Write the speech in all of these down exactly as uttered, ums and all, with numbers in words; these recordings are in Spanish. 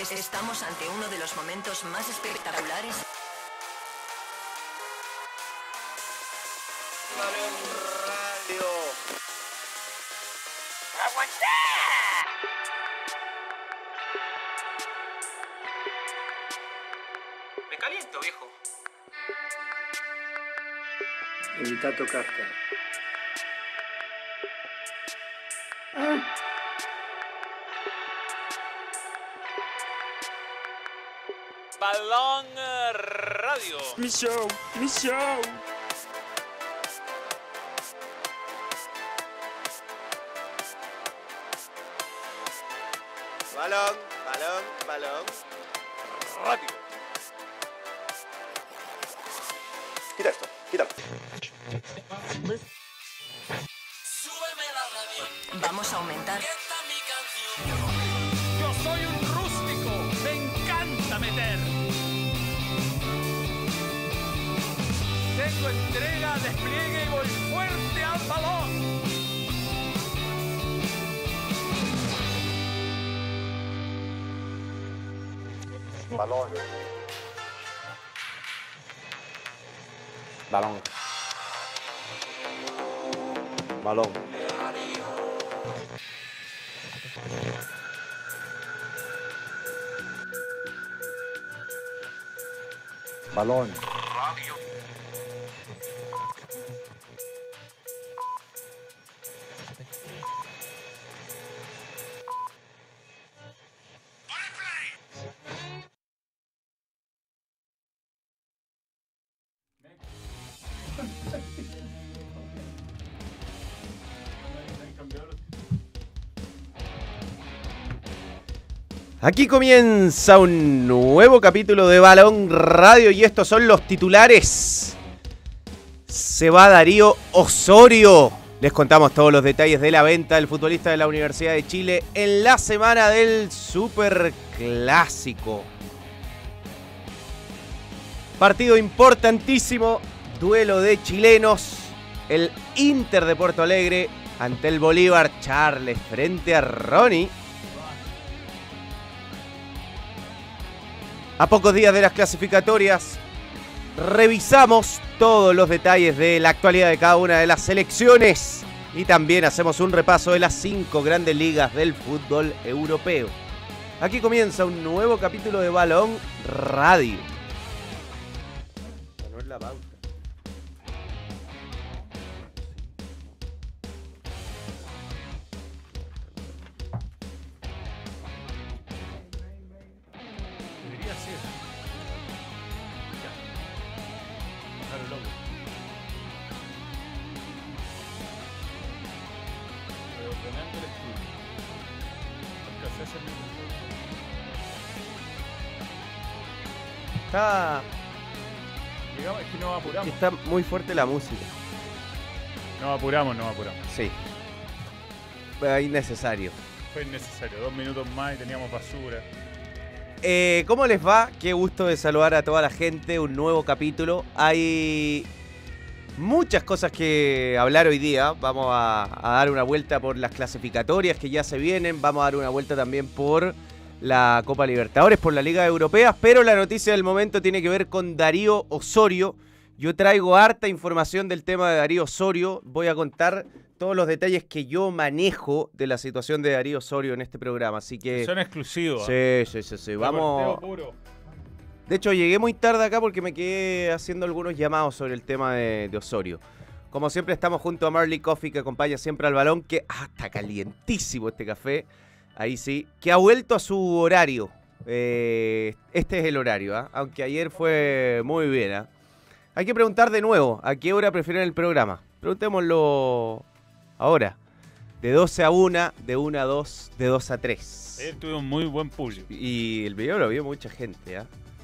Estamos ante uno de los momentos más espectaculares. Balón Radio. ¡Aguanta! Me caliento, viejo. Evita tocarte. Balón Radio. Mi show, mi show. Balón, balón, balón. Radio. Quita esto, quítalo. Súbeme la radio. Vamos a aumentar. Esta es mi canción. Yo soy un rústico, me encanta meter. Tengo entrega, despliegue y voy fuerte al balón. Balón. Balón. Balón. Balón. Aquí comienza un nuevo capítulo de Balón Radio y estos son los titulares. Se va Darío Osorio. Les contamos todos los detalles de la venta del futbolista de la Universidad de Chile en la semana del Superclásico. Partido importantísimo, duelo de chilenos. El Inter de Porto Alegre ante el Bolívar Charles frente a Ronnie. A pocos días de las clasificatorias, revisamos todos los detalles de la actualidad de cada una de las selecciones y también hacemos un repaso de las cinco grandes ligas del fútbol europeo. Aquí comienza un nuevo capítulo de Balón Radio. No es la pauta. Debería ser. Ya. Bajar el logo. Reordenando el estudio. Alcancé a hacer mi Está, Llegamos, es que no apuramos. está muy fuerte la música. No apuramos, no apuramos. Sí. Fue innecesario. Fue innecesario. Dos minutos más y teníamos basura. Eh, ¿Cómo les va? Qué gusto de saludar a toda la gente. Un nuevo capítulo. Hay muchas cosas que hablar hoy día. Vamos a, a dar una vuelta por las clasificatorias que ya se vienen. Vamos a dar una vuelta también por la Copa Libertadores, por la Liga Europea. Pero la noticia del momento tiene que ver con Darío Osorio. Yo traigo harta información del tema de Darío Osorio. Voy a contar todos los detalles que yo manejo de la situación de Darío Osorio en este programa. Así que Son exclusivos. sí, sí, sí, sí. Vamos. Puro. De hecho, llegué muy tarde acá porque me quedé haciendo algunos llamados sobre el tema de, de Osorio. Como siempre, estamos junto a Marley Coffee, que acompaña siempre al balón, que ah, está calientísimo este café. Ahí sí, que ha vuelto a su horario. Eh, este es el horario, ¿eh? Aunque ayer fue muy bien. ¿eh? Hay que preguntar de nuevo, ¿a qué hora prefieren el programa? Preguntémoslo ahora. De doce a una, de una a dos, de dos a tres. Ayer tuve un muy buen público. Y el video lo vio mucha gente, ¿eh?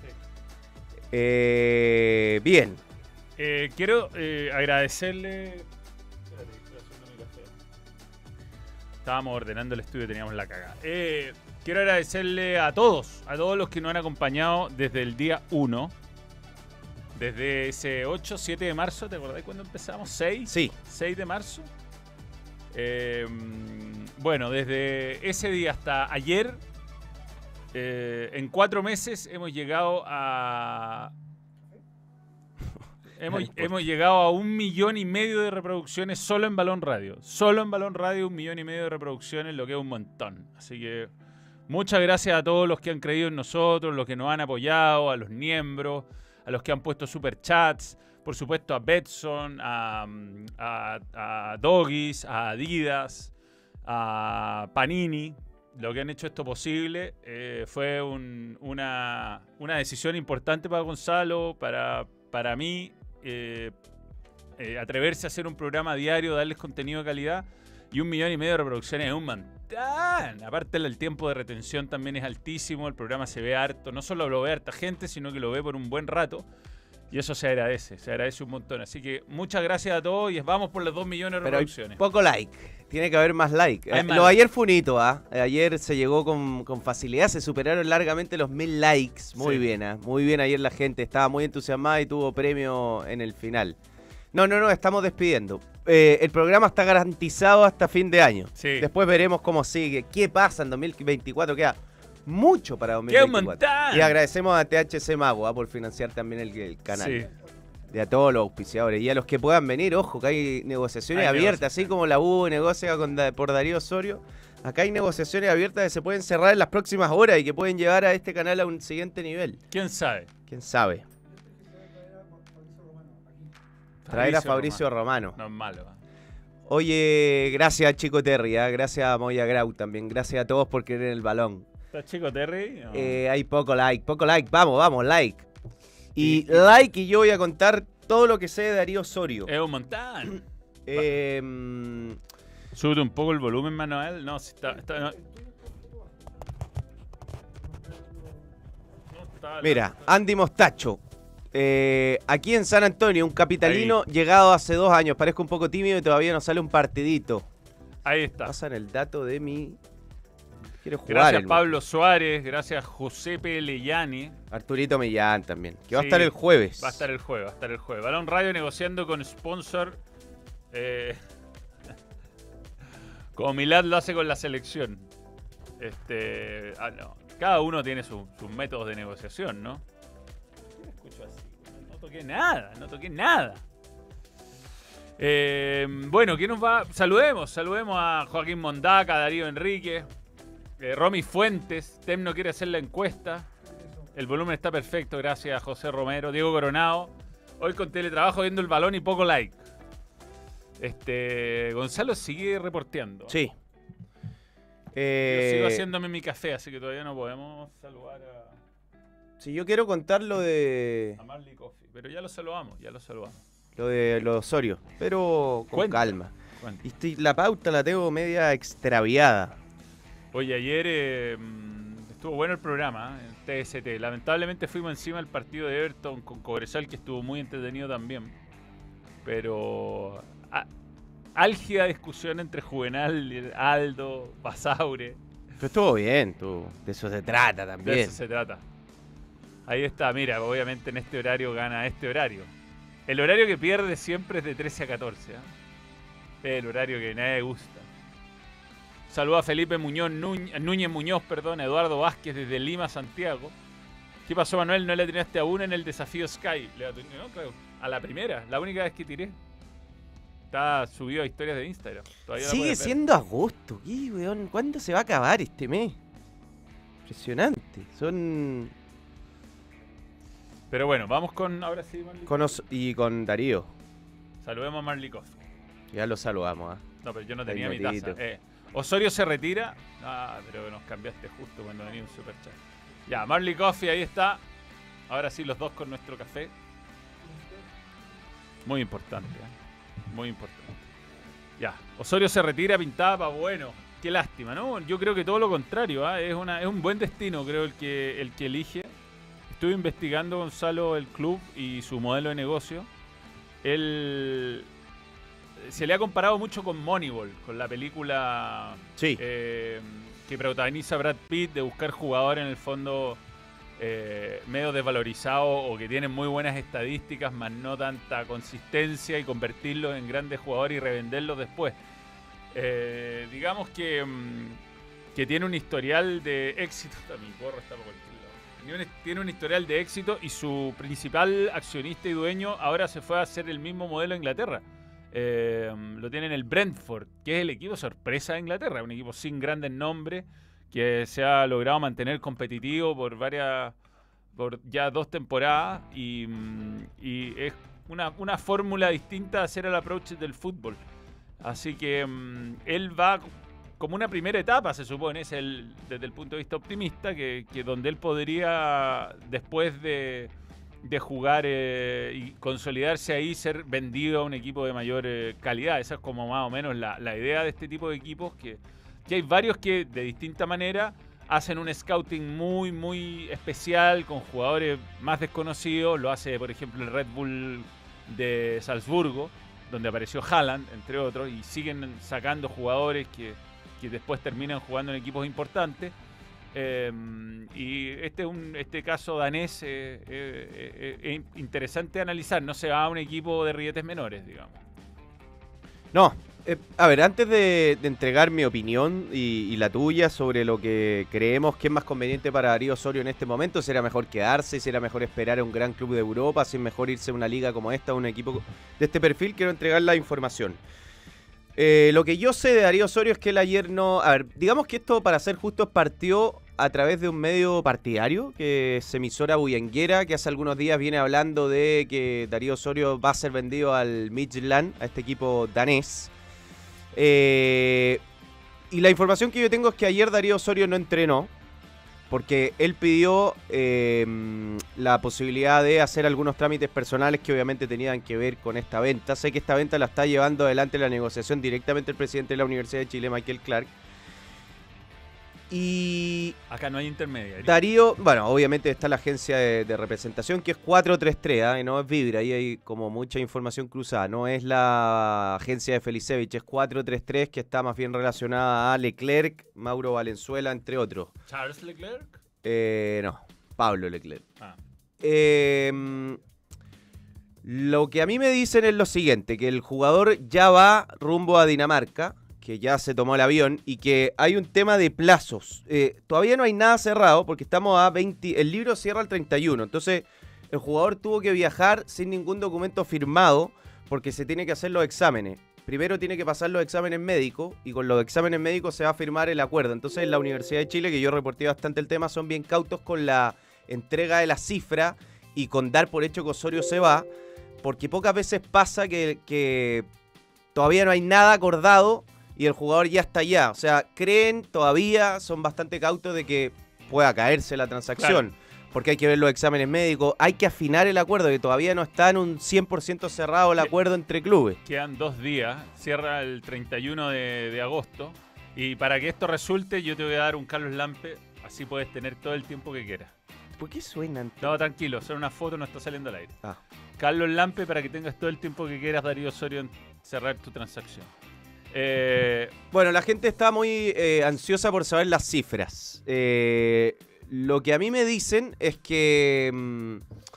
Eh, bien. Eh, quiero eh, agradecerle. Espérate, estoy haciendo mi café. Estábamos ordenando el estudio y teníamos la cagada. Eh, quiero agradecerle a todos, a todos los que nos han acompañado desde el día uno. Desde ese ocho, siete de marzo, ¿te acordás cuando empezamos? ¿seis? Sí. seis de marzo. Eh, bueno, desde ese día hasta ayer Eh, en cuatro meses hemos llegado a... hemos, hemos llegado a un millón y medio de reproducciones solo en Balón Radio. Solo en Balón Radio un millón y medio de reproducciones, lo que es un montón. Así que muchas gracias a todos los que han creído en nosotros, los que nos han apoyado, a los miembros, a los que han puesto superchats, por supuesto a Betson, a, a, a Doggies, a Adidas, a Panini. Lo que han hecho esto posible eh, fue un, una, una decisión importante para Gonzalo, para, para mí, eh, eh, atreverse a hacer un programa diario, darles contenido de calidad, y un millón y medio de reproducciones es un montón. Aparte el tiempo de retención también es altísimo, el programa se ve harto, no solo lo ve harta gente, sino que lo ve por un buen rato. Y eso se agradece, se agradece un montón. Así que muchas gracias a todos y vamos por los dos millones de Pero hay reproducciones. poco like. Tiene que haber más like. Hay Eh, más. Lo de ayer fue un hito, ¿ah? Ayer se llegó con, con facilidad, se superaron largamente los mil likes. Muy Sí. bien, ¿ah? Muy bien ayer la gente. Estaba muy entusiasmada y tuvo premio en el final. No, no, no, estamos despidiendo. Eh, el programa está garantizado hasta fin de año. Sí. Después veremos cómo sigue. ¿Qué pasa en dos mil veinticuatro? Queda mucho para dos mil ¡Qué un veinticuatro. montón! Y agradecemos a T H C Mago, ¿ah? Por financiar también el, el canal. Sí. De a todos los auspiciadores. Y a los que puedan venir, ojo, que hay negociaciones Hay abiertas, negociaciones. así como la U negocia con, Da- por Darío Osorio. Acá hay negociaciones abiertas que se pueden cerrar en las próximas horas y que pueden llevar a este canal a un siguiente nivel. ¿Quién sabe? ¿Quién sabe? Traer a Fabricio Romano. No es malo. ¿eh? Oye, gracias Chico Terry, ¿ah? Gracias a Moya Grau también. Gracias a todos por querer el balón. ¿Está chico Terry? No. Eh, hay poco like, poco like. Vamos, vamos, like. Y Y- like y yo voy a contar todo lo que sé de Darío Osorio. Es un montón. Eh, mm, Súbete un poco el volumen, Manuel. No, si está... está- no. No está- Mira, Andy Mostacho. Eh, aquí en San Antonio, un capitalino llegado hace dos años. Parezco un poco tímido y todavía no sale un partidito. Ahí está. Pasan el dato de mi... Quiero jugar. Gracias el- Pablo Suárez, gracias Josepe Leyani. Arturito Millán también. Que va a Sí, estar el jueves. Va a estar el jueves, va a estar el jueves. Balón Radio negociando con sponsor. Eh, como Milad lo hace con la selección. Este, ah, no. Cada uno tiene su- sus métodos de negociación, ¿no? ¿Por qué me escucho así? No, no toqué nada, no toqué nada. Eh, bueno, ¿quién nos va? Saludemos, saludemos a Joaquín Mondaca, a Darío Enrique, eh, Romy Fuentes. Tem no quiere hacer la encuesta. El volumen está perfecto, gracias a José Romero, Diego Coronado. Hoy con teletrabajo viendo el balón y poco like. Este, Gonzalo sigue reporteando. Sí. Yo Eh, sigo haciéndome mi café, así que todavía no podemos saludar a, Si yo quiero contar lo de a Marley Coffee. Pero ya lo saludamos, ya lo saludamos. lo de lo de Osorio, pero con Cuenta. calma. Cuenta. Y estoy- la pauta la tengo media extraviada. Oye, ayer eh, mm, estuvo bueno el programa, ¿eh? en T S T. Lamentablemente fuimos encima del partido de Everton con Cobresal, que estuvo muy entretenido también. Pero a- álgida discusión entre Juvenal, Aldo, Basaure. Pero estuvo bien, tú. De eso se trata De también. eso se trata. Ahí está, mira, obviamente en este horario gana este horario. El horario que pierde siempre es de trece a catorce. ¿eh? Es el horario que nadie gusta. Saluda a Felipe Muñoz, Núñez, Núñez Muñoz, perdón, Eduardo Vázquez desde Lima, Santiago. ¿Qué pasó, Manuel? ¿No le tiraste a uno en el desafío Sky? Le atiné, no, claro, a la primera, la única vez que tiré. Está subido a historias de Instagram. Todavía la Sigue puedes ver. siendo agosto. ¿Qué, weón? ¿Cuándo se va a acabar este mes? Impresionante. Son... Pero bueno, vamos con, ahora sí, Marley. Con Os- y con Darío. Saludemos a Marley Coffee. Ya lo saludamos, ¿ah? No, pero yo no Está tenía mi inmediatito. taza. Eh, Osorio se retira. Ah, pero nos cambiaste justo cuando venía un superchat. Ya, Marley Coffee, ahí está. Ahora sí, los dos con nuestro café. Muy importante, ¿eh? Muy importante. Ya, Osorio se retira, pintaba, bueno. Qué lástima, ¿no? Yo creo que todo lo contrario, ¿ah? es, una, es un buen destino, creo, el que, el que elige. Estuve investigando, Gonzalo, el club y su modelo de negocio. Él se le ha comparado mucho con Moneyball, con la película Sí. eh, que protagoniza Brad Pitt, de buscar jugadores en el fondo eh, medio desvalorizados o que tienen muy buenas estadísticas, más no tanta consistencia, y convertirlos en grandes jugadores y revenderlos después. Eh, digamos que mm, que tiene un historial de éxito. Mi porro está por cualquier lado. Tiene un, tiene un historial de éxito y su principal accionista y dueño ahora se fue a hacer el mismo modelo a Inglaterra. Eh, lo tiene en el Brentford, que es el equipo sorpresa de Inglaterra, un equipo sin grandes nombres que se ha logrado mantener competitivo por varias, por ya dos temporadas y, y es una, una fórmula distinta de hacer el approach del fútbol. Así que um, él va como una primera etapa, se supone, es el, desde el punto de vista optimista, que, que donde él podría, después de, de jugar eh, y consolidarse ahí, ser vendido a un equipo de mayor eh, calidad. Esa es como más o menos la, la idea de este tipo de equipos, que, que hay varios que de distinta manera hacen un scouting muy, muy especial con jugadores más desconocidos. Lo hace, por ejemplo, el Red Bull de Salzburgo, donde apareció Haaland, entre otros, y siguen sacando jugadores que, que después terminan jugando en equipos importantes. Eh, y este, un, este caso danés es eh, eh, eh, eh, interesante analizar. No se va a un equipo de rietes menores, digamos. No, eh, a ver, antes de, de entregar mi opinión y, y la tuya sobre lo que creemos que es más conveniente para Darío Osorio en este momento, si era mejor quedarse, si era mejor esperar a un gran club de Europa, si es mejor irse a una liga como esta, a un equipo de este perfil, quiero entregar la información. Eh, lo que yo sé de Darío Osorio es que él ayer no... A ver, digamos que esto, para ser justos, partió a través de un medio partidario, que es emisora bullanguera, que hace algunos días viene hablando de que Darío Osorio va a ser vendido al Midtjylland, a este equipo danés. Eh, y la información que yo tengo es que ayer Darío Osorio no entrenó, porque él pidió eh, la posibilidad de hacer algunos trámites personales que obviamente tenían que ver con esta venta. Sé que esta venta la está llevando adelante la negociación directamente el presidente de la Universidad de Chile, Michael Clark. Y acá no hay intermediario. Darío, bueno, obviamente está la agencia de, de representación, que es cuatro tres tres, ¿eh? No es Vibra, ahí hay como mucha información cruzada. No es la agencia de Felicevich, es cuatro tres tres, que está más bien relacionada a Leclerc, Mauro Valenzuela, entre otros. ¿Charles Leclerc? Eh, no, Pablo Leclerc. Ah. Eh, lo que a mí me dicen es lo siguiente, que el jugador ya va rumbo a Dinamarca, que ya se tomó el avión, y que hay un tema de plazos. Eh, todavía no hay nada cerrado, porque estamos a veinte... El libro cierra el treinta y uno, entonces el jugador tuvo que viajar sin ningún documento firmado, porque se tiene que hacer los exámenes. Primero tiene que pasar los exámenes médicos, y con los exámenes médicos se va a firmar el acuerdo. Entonces en la Universidad de Chile, que yo reporté bastante el tema, son bien cautos con la entrega de la cifra, y con dar por hecho que Osorio se va, porque pocas veces pasa que, que todavía no hay nada acordado, y el jugador ya está allá. O sea, creen todavía, son bastante cautos de que pueda caerse la transacción. Claro. Porque hay que ver los exámenes médicos, hay que afinar el acuerdo, que todavía no está en un cien por ciento cerrado el acuerdo entre clubes. Quedan dos días, cierra el treinta y uno de, de agosto. Y para que esto resulte, yo te voy a dar un Carlos Lampe, así puedes tener todo el tiempo que quieras. ¿Por qué suenan? No, tranquilo, solo una foto, no está saliendo al aire. Ah. Carlos Lampe, para que tengas todo el tiempo que quieras, Darío Osorio, en cerrar tu transacción. Eh, bueno, la gente está muy eh, ansiosa por saber las cifras. Eh, lo que a mí me dicen es que mmm,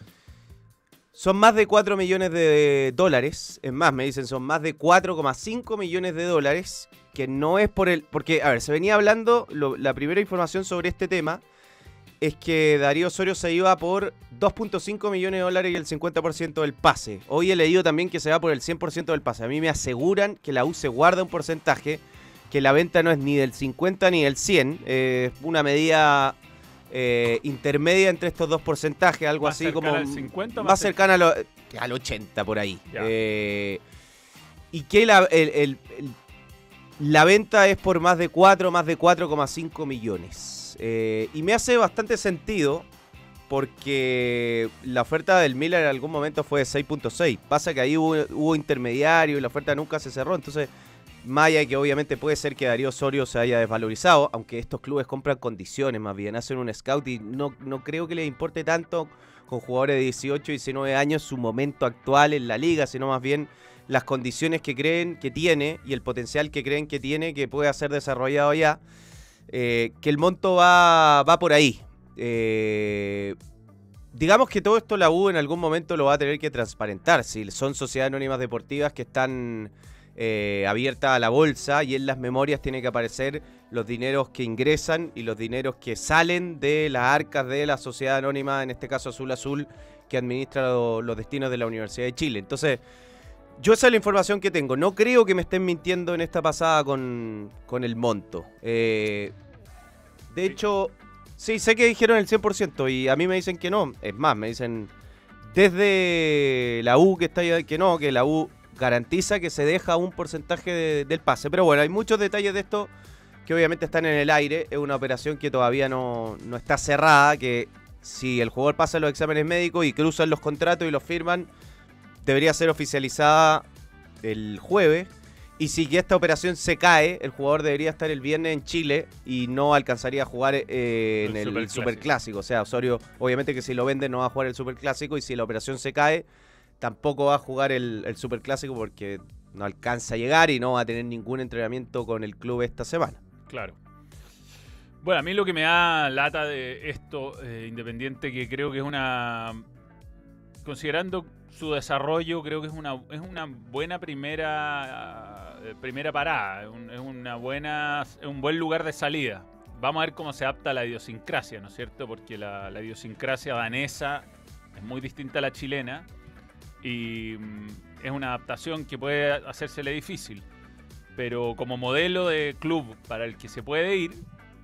son más de cuatro millones de dólares. Es más, me dicen son más de cuatro coma cinco millones de dólares. Que no es por el... Porque, a ver, se venía hablando, lo, la primera información sobre este tema es que Darío Osorio se iba por dos punto cinco millones de dólares y el cincuenta por ciento del pase. Hoy he leído también que se va por el cien por ciento del pase. A mí me aseguran que la U se guarda un porcentaje, que la venta no es ni del cincuenta ni del cien. Es eh, una medida eh, intermedia entre estos dos porcentajes, algo más así como... Al cincuenta, más, más cercana a lo, al ochenta por ahí. Ya. Eh, y que la, el, el, el, la venta es por más de cuatro, más de cuatro coma cinco millones. Eh, y me hace bastante sentido porque la oferta del Milan en algún momento fue de seis punto seis. Pasa que ahí hubo, hubo intermediario y la oferta nunca se cerró. Entonces, más allá de que obviamente puede ser que Darío Osorio se haya desvalorizado, aunque estos clubes compran condiciones más bien, hacen un scout y no, no creo que les importe tanto con jugadores de dieciocho, diecinueve años su momento actual en la liga, sino más bien las condiciones que creen que tiene y el potencial que creen que tiene que puede ser desarrollado allá. Eh, que el monto va, va por ahí. Eh, digamos que todo esto la U en algún momento lo va a tener que transparentar. Si son sociedades anónimas deportivas que están eh, abierta a la bolsa y en las memorias tiene que aparecer los dineros que ingresan y los dineros que salen de las arcas de la sociedad anónima, en este caso Azul Azul, que administra lo, los destinos de la Universidad de Chile. Entonces, yo esa es la información que tengo. No creo que me estén mintiendo en esta pasada con, con el monto. Eh, de hecho, sí, sé que dijeron el cien por ciento y a mí me dicen que no. Es más, me dicen desde la U que está ahí que no, que la U garantiza que se deja un porcentaje de, del pase. Pero bueno, hay muchos detalles de esto que obviamente están en el aire. Es una operación que todavía no, no está cerrada, que si el jugador pasa los exámenes médicos y cruzan los contratos y los firman, debería ser oficializada el jueves. Y si que esta operación se cae, el jugador debería estar el viernes en Chile y no alcanzaría a jugar eh, en el, el Superclásico. Superclásico. O sea, Osorio, obviamente que si lo vende no va a jugar el Superclásico, y si la operación se cae, tampoco va a jugar el, el Superclásico porque no alcanza a llegar y no va a tener ningún entrenamiento con el club esta semana. Claro. Bueno, a mí lo que me da lata de esto, eh, Independiente, que creo que es una... Considerando su desarrollo, creo que es una, es una buena primera, eh, primera parada, es, un, es una buena, es un buen lugar de salida. Vamos a ver cómo se adapta a la idiosincrasia, ¿no es cierto? Porque la, la idiosincrasia danesa es muy distinta a la chilena y mm, es una adaptación que puede hacérsele difícil. Pero como modelo de club para el que se puede ir,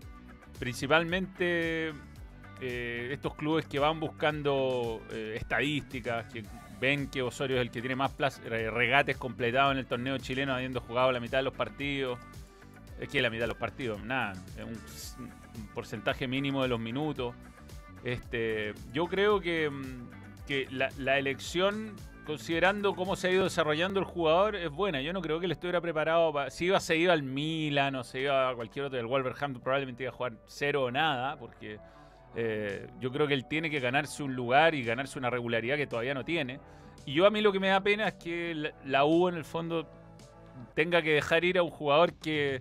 principalmente eh, estos clubes que van buscando eh, estadísticas, que ven que Osorio es el que tiene más plaz, regates completados en el torneo chileno, habiendo jugado la mitad de los partidos. Es que la mitad de los partidos, nada, un, un porcentaje mínimo de los minutos. Este, yo creo que, que la, la elección, considerando cómo se ha ido desarrollando el jugador, es buena. Yo no creo que él estuviera preparado para... Si iba, se iba al Milan o se iba a cualquier otro del Wolverhampton, probablemente iba a jugar cero o nada, porque eh, yo creo que él tiene que ganarse un lugar y ganarse una regularidad que todavía no tiene. Y yo, a mí lo que me da pena es que la, la U en el fondo tenga que dejar ir a un jugador que,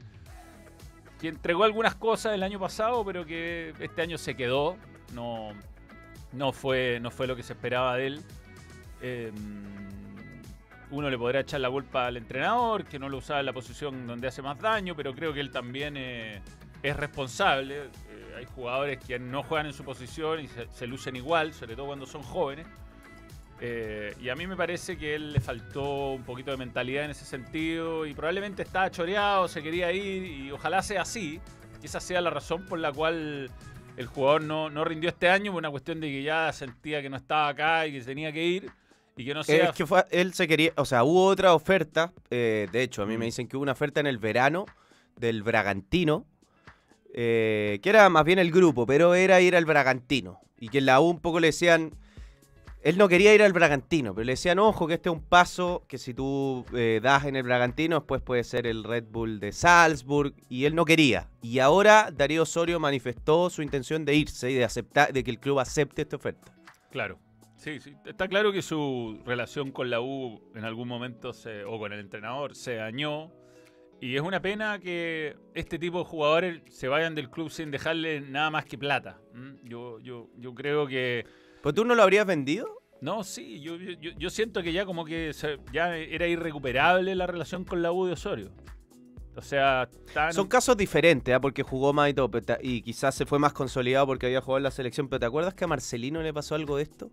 que entregó algunas cosas el año pasado, pero que este año se quedó. No, no, fue, no fue lo que se esperaba de él. Eh, uno le podrá echar la culpa al entrenador, que no lo usaba en la posición donde hace más daño, pero creo que él también eh, es responsable. Eh, hay jugadores que no juegan en su posición y se, se lucen igual, sobre todo cuando son jóvenes. Eh, y a mí me parece que a él le faltó un poquito de mentalidad en ese sentido y probablemente estaba choreado, se quería ir y ojalá sea así, que esa sea la razón por la cual el jugador no, no rindió este año, por una cuestión de que ya sentía que no estaba acá y que tenía que ir y que no sea... Es que fue, él se quería, o sea, hubo otra oferta, eh, de hecho a mí me dicen que hubo una oferta en el verano del Bragantino, eh, que era más bien el grupo, pero era ir al Bragantino y que en la U un poco le decían... Él no quería ir al Bragantino, pero le decían, ojo, que este es un paso que si tú eh, das en el Bragantino, después puede ser el Red Bull de Salzburg, y él no quería. Y ahora Darío Osorio manifestó su intención de irse y de aceptar, de que el club acepte esta oferta. Claro, sí, sí. Está claro que su relación con la U en algún momento, se, o con el entrenador, se dañó. Y es una pena que este tipo de jugadores se vayan del club sin dejarle nada más que plata. ¿Mm? Yo, yo, yo creo que... ¿Pero tú no lo habrías vendido? No, sí, yo, yo, yo siento que ya como que se, ya era irrecuperable la relación con la U de Osorio. O sea, tan... Son casos diferentes, ¿eh? Porque jugó más y todo, y quizás se fue más consolidado porque había jugado en la selección. ¿Pero te acuerdas que a Marcelino le pasó algo de esto?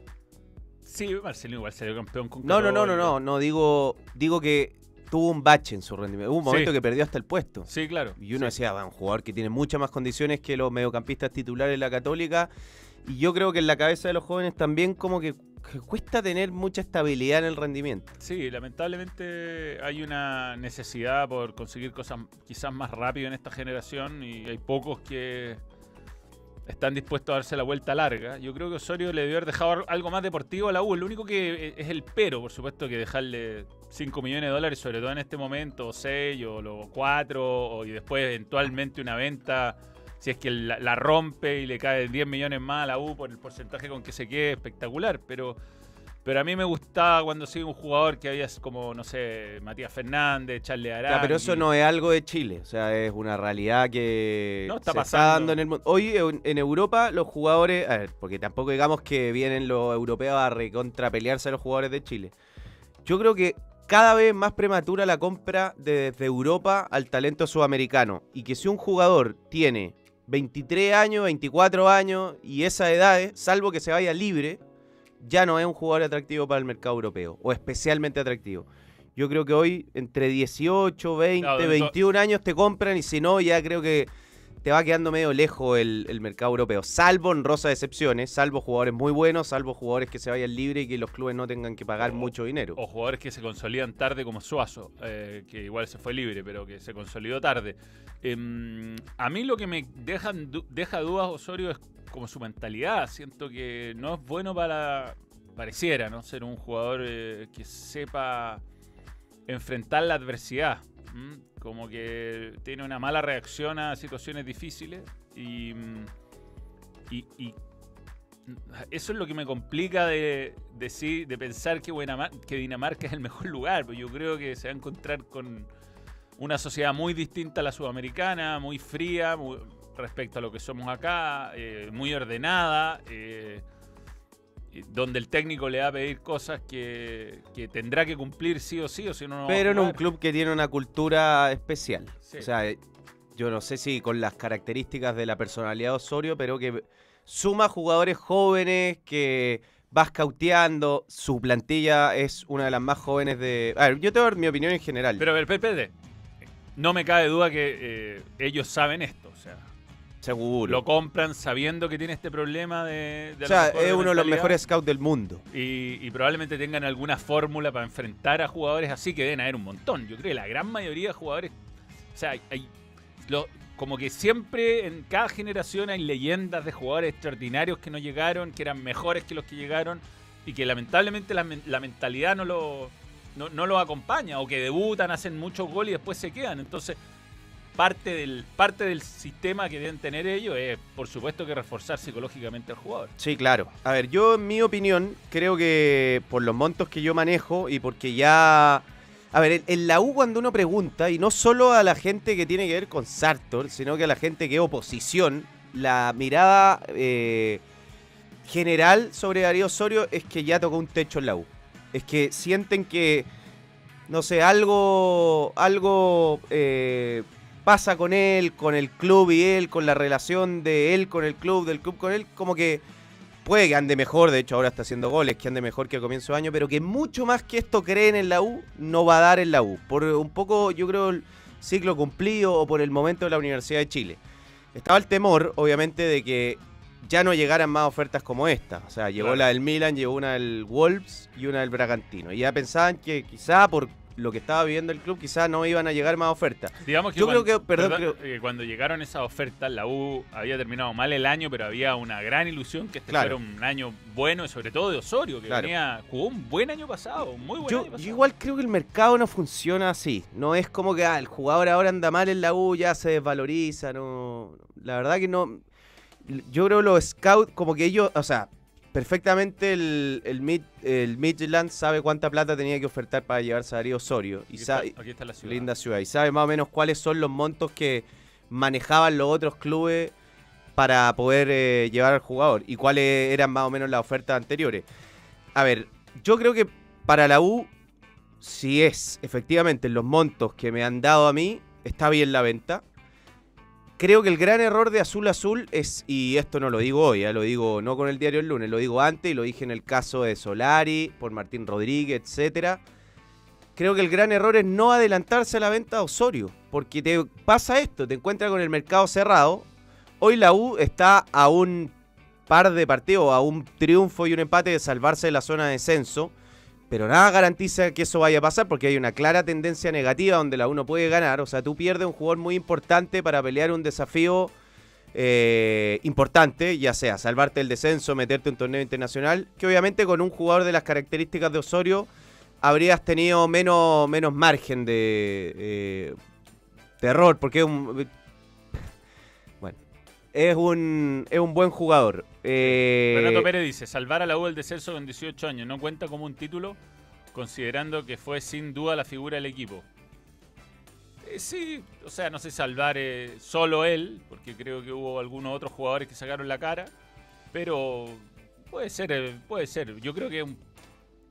Sí, Marcelino igual salió campeón con No, no, no, no, no, no, digo, digo que tuvo un bache en su rendimiento. Hubo un momento sí. que perdió hasta el puesto. Sí, claro. Y uno sí. decía, va, un jugador que tiene muchas más condiciones que los mediocampistas titulares de la Católica. Y yo creo que en la cabeza de los jóvenes también como que, que cuesta tener mucha estabilidad en el rendimiento. Sí, lamentablemente hay una necesidad por conseguir cosas quizás más rápido en esta generación y hay pocos que están dispuestos a darse la vuelta larga. Yo creo que Osorio le debió haber dejado algo más deportivo a la U. Lo único que es el pero, por supuesto, que dejarle cinco millones de dólares, sobre todo en este momento, o seis, o los cuatro, o, y después eventualmente una venta... Si es que la, la rompe y le cae diez millones más a la U por el porcentaje con que se quede, espectacular. Pero, pero a mí me gustaba cuando sigue un jugador que había como, no sé, Matías Fernández, Charles Arán. Pero eso no es algo de Chile. O sea, es una realidad que no, está se pasando. está dando en el mundo. Hoy en, en Europa los jugadores... A ver, porque tampoco digamos que vienen los europeos a recontrapelearse a los jugadores de Chile. Yo creo que cada vez más prematura la compra de- desde Europa al talento sudamericano. Y que si un jugador tiene veintitrés años, veinticuatro años y esas edades, salvo que se vaya libre, ya no es un jugador atractivo para el mercado europeo, o especialmente atractivo. Yo creo que hoy entre dieciocho, veinte, Claro, ento- veintiún años te compran y si no, ya creo que te va quedando medio lejos el, el mercado europeo. Salvo honrosas excepciones, salvo jugadores muy buenos, salvo jugadores que se vayan libres y que los clubes no tengan que pagar O- mucho dinero. O jugadores que se consolidan tarde como Suazo, eh, que igual se fue libre, pero que se consolidó tarde. Em, a mí lo que me dejan, du- deja dudas Osorio es como su mentalidad. Siento que no es bueno para, pareciera, ¿no? Ser un jugador eh, que sepa enfrentar la adversidad. ¿m? Como que tiene una mala reacción a situaciones difíciles y, mm, y, y eso es lo que me complica de decir, de pensar que, Buenama- que Dinamarca es el mejor lugar. Pues yo creo que se va a encontrar con una sociedad muy distinta a la sudamericana, muy fría muy- respecto a lo que somos acá, eh, muy ordenada, eh, y donde el técnico le va a pedir cosas que, que tendrá que cumplir sí o sí, o si no, no va a Pero en un jugar. club que tiene una cultura especial. Sí. O sea, eh, yo no sé si con las características de la personalidad de Osorio, pero que suma jugadores jóvenes que vas cauteando. Su plantilla es una de las más jóvenes de... A ver, yo te voy a dar mi opinión en general. Pero a ver, espérate, no me cabe duda que eh, ellos saben esto, o sea, Seguro. lo compran sabiendo que tiene este problema de... de a o sea, lo mejor es de uno de los mentalidad. mejores scouts del mundo. Y, y probablemente tengan alguna fórmula para enfrentar a jugadores así, que deben haber un montón. Yo creo que la gran mayoría de jugadores, o sea, hay, hay lo- como que siempre en cada generación hay leyendas de jugadores extraordinarios que no llegaron, que eran mejores que los que llegaron y que lamentablemente la, men- la mentalidad no lo, no, no lo acompaña, o que debutan, hacen muchos goles y después se quedan. Entonces, parte del, parte del sistema que deben tener ellos es, por supuesto, que reforzar psicológicamente al jugador. Sí, claro. A ver, yo en mi opinión creo que por los montos que yo manejo y porque ya... A ver, en, en la U cuando uno pregunta, y no solo a la gente que tiene que ver con Sartor, sino que a la gente que es oposición, la mirada eh, general sobre Darío Osorio es que ya tocó un techo en la U. Es que sienten que, no sé, algo, algo eh, pasa con él, con el club y él, con la relación de él con el club, del club con él, como que puede que ande mejor, de hecho ahora está haciendo goles, que ande mejor que al comienzo de año, pero que mucho más que esto creen en la U, no va a dar en la U. Por un poco, yo creo, el ciclo cumplido o por el momento de la Universidad de Chile. Estaba el temor, obviamente, de que ya no llegaran más ofertas como esta. O sea, llegó Claro. la del Milan, llegó una del Wolves y una del Bragantino. Y ya pensaban que quizá por lo que estaba viviendo el club, quizá no iban a llegar más ofertas. Digamos que Yo cuando, creo que- perdón, eh, cuando llegaron esas ofertas, la U había terminado mal el año, pero había una gran ilusión que este Claro. fuera un año bueno, y sobre todo de Osorio, que Claro. venía, jugó un buen año pasado, un muy buen Yo, año pasado. yo igual creo que el mercado no funciona así. No es como que ah, el jugador ahora anda mal en la U, ya se desvaloriza. No, la verdad que no. Yo creo los scouts, como que ellos, o sea, perfectamente el, el, Mid, el Midland sabe cuánta plata tenía que ofertar para llevarse a Darío Osorio. Y Aquí está, sabe, aquí está la ciudad. linda ciudad. Y sabe más o menos cuáles son los montos que manejaban los otros clubes para poder eh, llevar al jugador y cuáles eran más o menos las ofertas anteriores. A ver, yo creo que para la U, si es efectivamente los montos que me han dado a mí, está bien la venta. Creo que el gran error de Azul Azul es, y esto no lo digo hoy, eh, lo digo no con el diario El Lunes, lo digo antes y lo dije en el caso de Solari, por Martín Rodríguez, etcétera. Creo que el gran error es no adelantarse a la venta de Osorio, porque te pasa esto, te encuentras con el mercado cerrado. Hoy la U está a un par de partidos, a un triunfo y un empate de salvarse de la zona de descenso, pero nada garantiza que eso vaya a pasar porque hay una clara tendencia negativa donde la U no puede ganar. O sea, tú pierdes un jugador muy importante para pelear un desafío eh, importante, ya sea salvarte del descenso, meterte en un torneo internacional, que obviamente con un jugador de las características de Osorio habrías tenido menos, menos margen de, eh, de error, porque es un... Bueno, es un, es un buen jugador. Eh, Renato Pérez dice, salvar a la U del descenso con dieciocho años no cuenta como un título, considerando que fue sin duda la figura del equipo. Eh, sí, o sea, no sé salvar eh, solo él, porque creo que hubo algunos otros jugadores que sacaron la cara, pero puede ser, eh, puede ser. Yo creo que un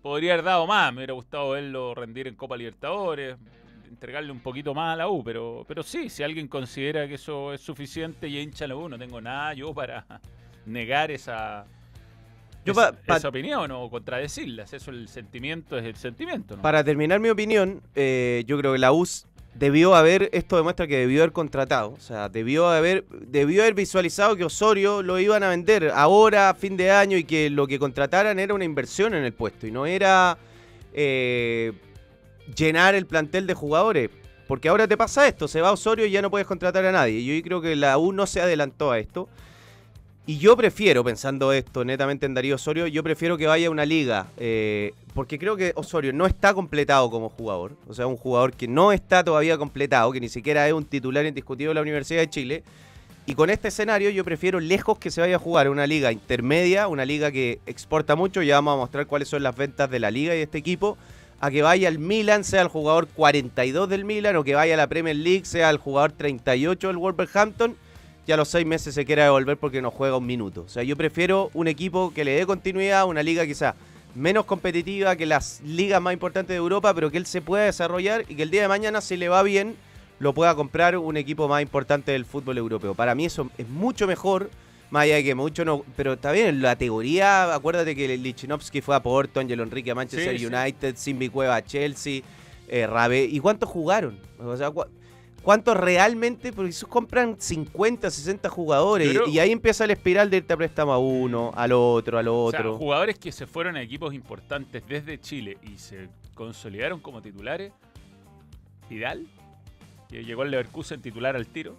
podría haber dado más. Me hubiera gustado verlo rendir en Copa Libertadores, entregarle un poquito más a la U, pero, pero sí, si alguien considera que eso es suficiente y hincha la U, no tengo nada yo para negar esa, Yo esa, pa- pa- esa opinión o contradecirlas. Eso, el sentimiento es el sentimiento, ¿no? Para terminar mi opinión, eh, yo creo que la U S debió haber, esto demuestra que debió haber contratado, o sea, debió haber, debió haber visualizado que Osorio lo iban a vender ahora, a fin de año, y que lo que contrataran era una inversión en el puesto y no era eh, llenar el plantel de jugadores. Porque ahora te pasa esto, se va Osorio y ya no puedes contratar a nadie. Yo creo que la U no se adelantó a esto. Y yo prefiero, pensando esto netamente en Darío Osorio, yo prefiero que vaya a una liga, eh, porque creo que Osorio no está completado como jugador, o sea, un jugador que no está todavía completado, que ni siquiera es un titular indiscutido de la Universidad de Chile, y con este escenario yo prefiero lejos que se vaya a jugar a una liga intermedia, una liga que exporta mucho, ya vamos a mostrar cuáles son las ventas de la liga y de este equipo, a que vaya al Milan, sea el jugador cuarenta y dos del Milan, o que vaya a la Premier League, sea el jugador treinta y ocho del Wolverhampton, y a los seis meses se quiera devolver porque no juega un minuto. O sea, yo prefiero un equipo que le dé continuidad, una liga quizá menos competitiva que las ligas más importantes de Europa, pero que él se pueda desarrollar y que el día de mañana, si le va bien, lo pueda comprar un equipo más importante del fútbol europeo. Para mí eso es mucho mejor, más allá de que mucho no... Pero está bien, en la categoría, acuérdate que Lichnowsky fue a Porto, Angelo Enrique a Manchester Sí, sí. United, Simbi Cueva a Chelsea, eh, Rabe... ¿Y cuántos jugaron? O sea, ¿cu- ¿cuántos realmente? Porque esos compran cincuenta, sesenta jugadores Yo creo- y, y ahí empieza el espiral de irte a préstamo a uno, al otro, al O sea, otro. jugadores que se fueron a equipos importantes desde Chile y se consolidaron como titulares. Vidal, que llegó al Leverkusen titular al tiro.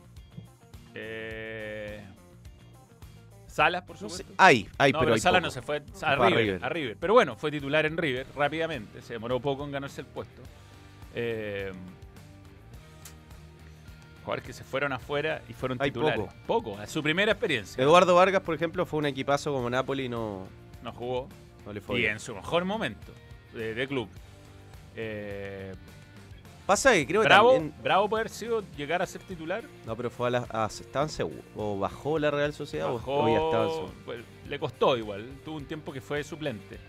Eh, Salas, por No sé, supuesto. hay, hay, no, pero pero hay Salas poco. no se fue a fue a River, River. a River. Pero bueno, fue titular en River rápidamente. Se demoró poco en ganarse el puesto. Eh, jugadores que se fueron afuera y fueron Hay titulares. poco. Poco, a su primera experiencia. Eduardo Vargas, por ejemplo, fue un equipazo como Napoli y no, No jugó. no le fue Y bien. en su mejor momento de, de club. Eh, Pasa que creo que Bravo, también... Bravo puede haber sido llegar a ser titular. No, pero fue a la... a- ¿Estaban seguros? ¿O bajó la Real Sociedad o- Bajó, o ya estaban seguros? pues, le costó igual. Tuvo un tiempo que fue suplente.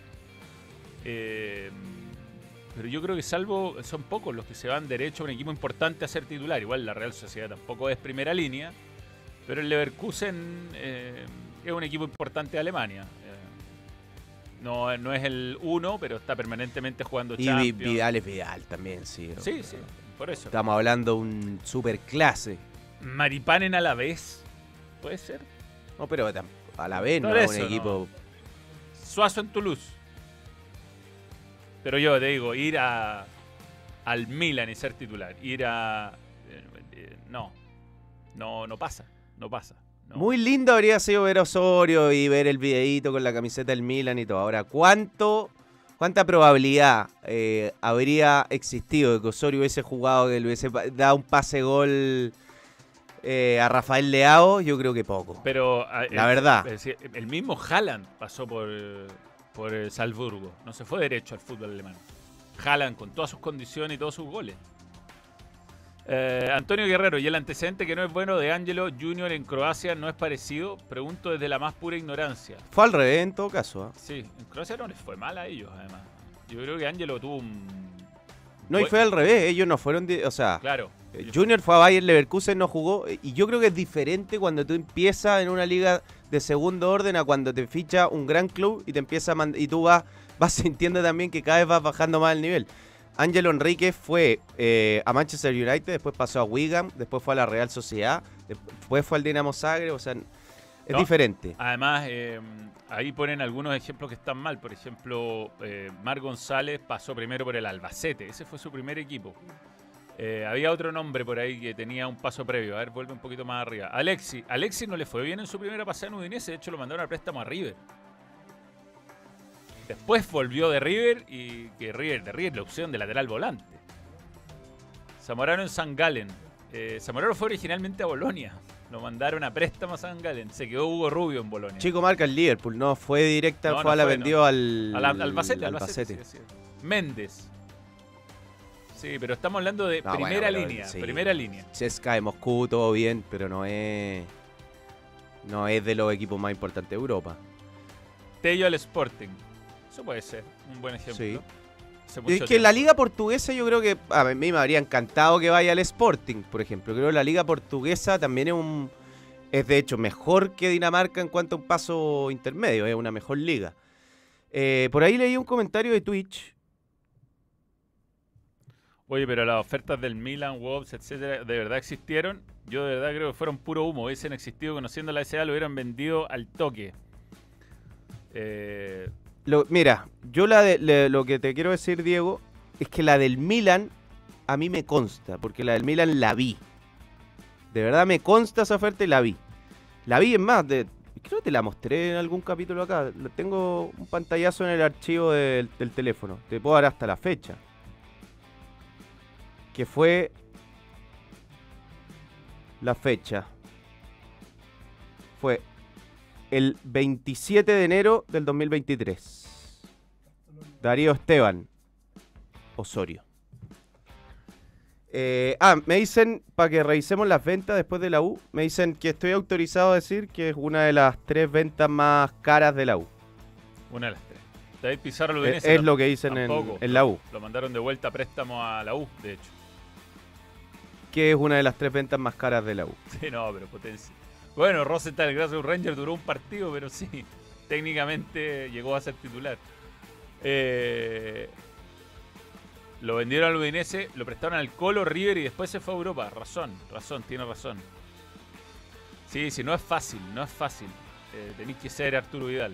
Eh, pero yo creo que salvo son pocos los que se van derecho a un equipo importante a ser titular. Igual la Real Sociedad tampoco es primera línea. Pero el Leverkusen eh, es un equipo importante de Alemania. Eh, no, no es el uno, pero está permanentemente jugando Y Vi- Champions. Vidal es Vidal también, sí. Sí, sí, por eso. Estamos hablando de un super clase. Maripanen a la vez. ¿Puede ser? No, pero tam- a la vez no Por es un eso, equipo... Suazo en Toulouse. Pero yo te digo, ir a al Milan y ser titular. Ir a... eh, eh, no. No, no pasa. No pasa. No. Muy lindo habría sido ver a Osorio y ver el videíto con la camiseta del Milan y todo. Ahora, ¿cuánto, ¿cuánta probabilidad eh, habría existido de que Osorio hubiese jugado, que le hubiese pa- dado un pase gol eh, a Rafael Leao? Yo creo que poco. Pero... a- La el- verdad. es decir, el mismo Haaland pasó por, por el Salzburgo. No se fue derecho al fútbol alemán. Haaland con todas sus condiciones y todos sus goles. Eh, Antonio Guerrero, y el antecedente que no es bueno de Ángelo Junior en Croacia no es parecido. Pregunto desde la más pura ignorancia. Fue al revés en todo caso. ¿ah? Sí, en Croacia no les fue mal a ellos, además. Yo creo que Ángelo tuvo un... No, y Bue- fue al revés. Ellos no fueron... de- o sea, Claro. eh, Junior fue a Bayer Leverkusen, no jugó. eh, Y yo creo que es diferente cuando tú empiezas en una liga de segundo orden a cuando te ficha un gran club y te empieza a mand- y tú vas, vas sintiendo también que cada vez vas bajando más el nivel. Ángelo Enríquez fue eh, a Manchester United, después pasó a Wigan, después fue a la Real Sociedad, después fue al Dinamo Zagreb, o sea, es No. diferente. Además, eh, ahí ponen algunos ejemplos que están mal. Por ejemplo, eh, Mar González pasó primero por el Albacete. Ese fue su primer equipo. Eh, había otro nombre por ahí que tenía un paso previo. A ver, vuelve un poquito más arriba. Alexi. Alexi no le fue bien en su primera pasada en Udinese. De hecho, lo mandaron a préstamo a River. Después volvió de River y que River, de River la opción de lateral volante. Zamorano en San Galen. Eh, Zamorano fue originalmente a Bolonia. Lo mandaron a préstamo a San Galen. Se quedó Hugo Rubio en Bolonia. Chico marca el Liverpool, no fue directa, No, fue no a la fue, vendió no. al Al al Albacete, al Albacete, sí, sí. Méndez. Sí, pero estamos hablando de No, primera bueno, pero línea. sí. Primera línea. Chesca de Moscú, todo bien, pero no es no es de los equipos más importantes de Europa. Tello al Sporting. Eso puede ser un buen ejemplo. Sí. Hace Es mucho que la tiempo. liga portuguesa yo creo que a mí me habría encantado que vaya al Sporting, por ejemplo. Creo que la liga portuguesa también es un es de hecho mejor que Dinamarca en cuanto a un paso intermedio, es una mejor liga. Eh, por ahí leí un comentario de Twitch. Oye, pero las ofertas del Milan, Wolves, etcétera, ¿de verdad existieron? Yo de verdad creo que fueron puro humo. Hubiesen existido conociendo la S A, lo hubieran vendido al toque. Eh, Lo- mira, yo la de- le- lo que te quiero decir, Diego, es que la del Milan a mí me consta, porque la del Milan la vi. De verdad me consta esa oferta y la vi. La vi, en más, de, creo que te la mostré en algún capítulo acá. Lo- Tengo un pantallazo en el archivo del, del teléfono. Te puedo dar hasta la fecha. Que fue la fecha. Fue el veintisiete de enero del dos mil veintitrés. Darío Esteban Osorio. Eh, ah, me dicen, para que revisemos las ventas después de la U, me dicen que estoy autorizado a decir que es una de las tres ventas más caras de la U. una de las tres. David Pizarro lo Es, Udinese es tam- lo que dicen en, tampoco. en la U, Lo mandaron de vuelta a préstamo a la U, de hecho. que es una de las tres ventas más caras de la U. Sí, no, pero potencia. Bueno, Rosenthal, el Glasgow Ranger, duró un partido, pero sí, técnicamente llegó a ser titular. Eh, lo vendieron al Udinese, lo prestaron al Colo, River y después se fue a Europa. Razón, razón, tiene razón. Sí, sí, no es fácil, no es fácil. Eh, tenéis que ser Arturo Vidal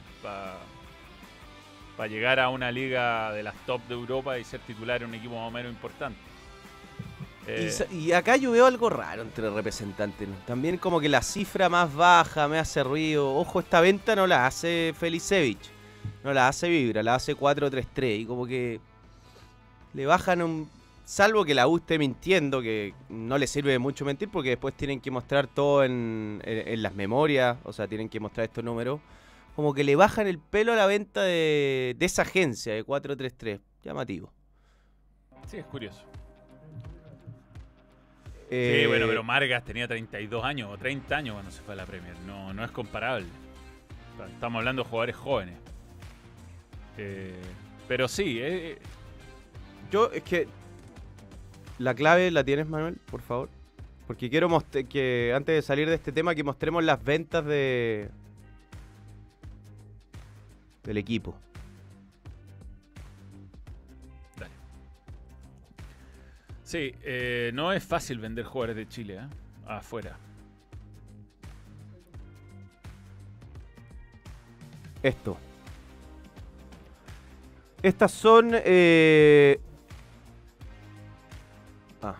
para llegar a una liga de las top de Europa y ser titular en un equipo más o menos importante. Y Eh, sa- Y, acá yo veo algo raro entre representantes, ¿no? También como que la cifra más baja me hace ruido. Ojo, esta venta no la hace Felicevich, no la hace Vibra, la hace cuatro tres tres. Y como que le bajan un... Salvo que la U esté mintiendo, que no le sirve de mucho mentir porque después tienen que mostrar todo en, en- en las memorias, o sea, tienen que mostrar estos números. Como que le bajan el pelo a la venta de, de esa agencia de cuatro tres tres. Llamativo. sí, es curioso. Eh, Sí, bueno, pero Margas tenía treinta y dos años o treinta años cuando se fue a la Premier. No, no es comparable. Estamos hablando de jugadores jóvenes. Eh, pero sí, eh, Yo, es que... La clave la tienes, Manuel, por favor. Porque quiero mostrar que antes de salir de este tema, que mostremos las ventas de... del equipo. dale. Sí, eh, no es fácil vender jugadores de Chile, ¿eh? Afuera. Esto. Estas son... eh, Ah.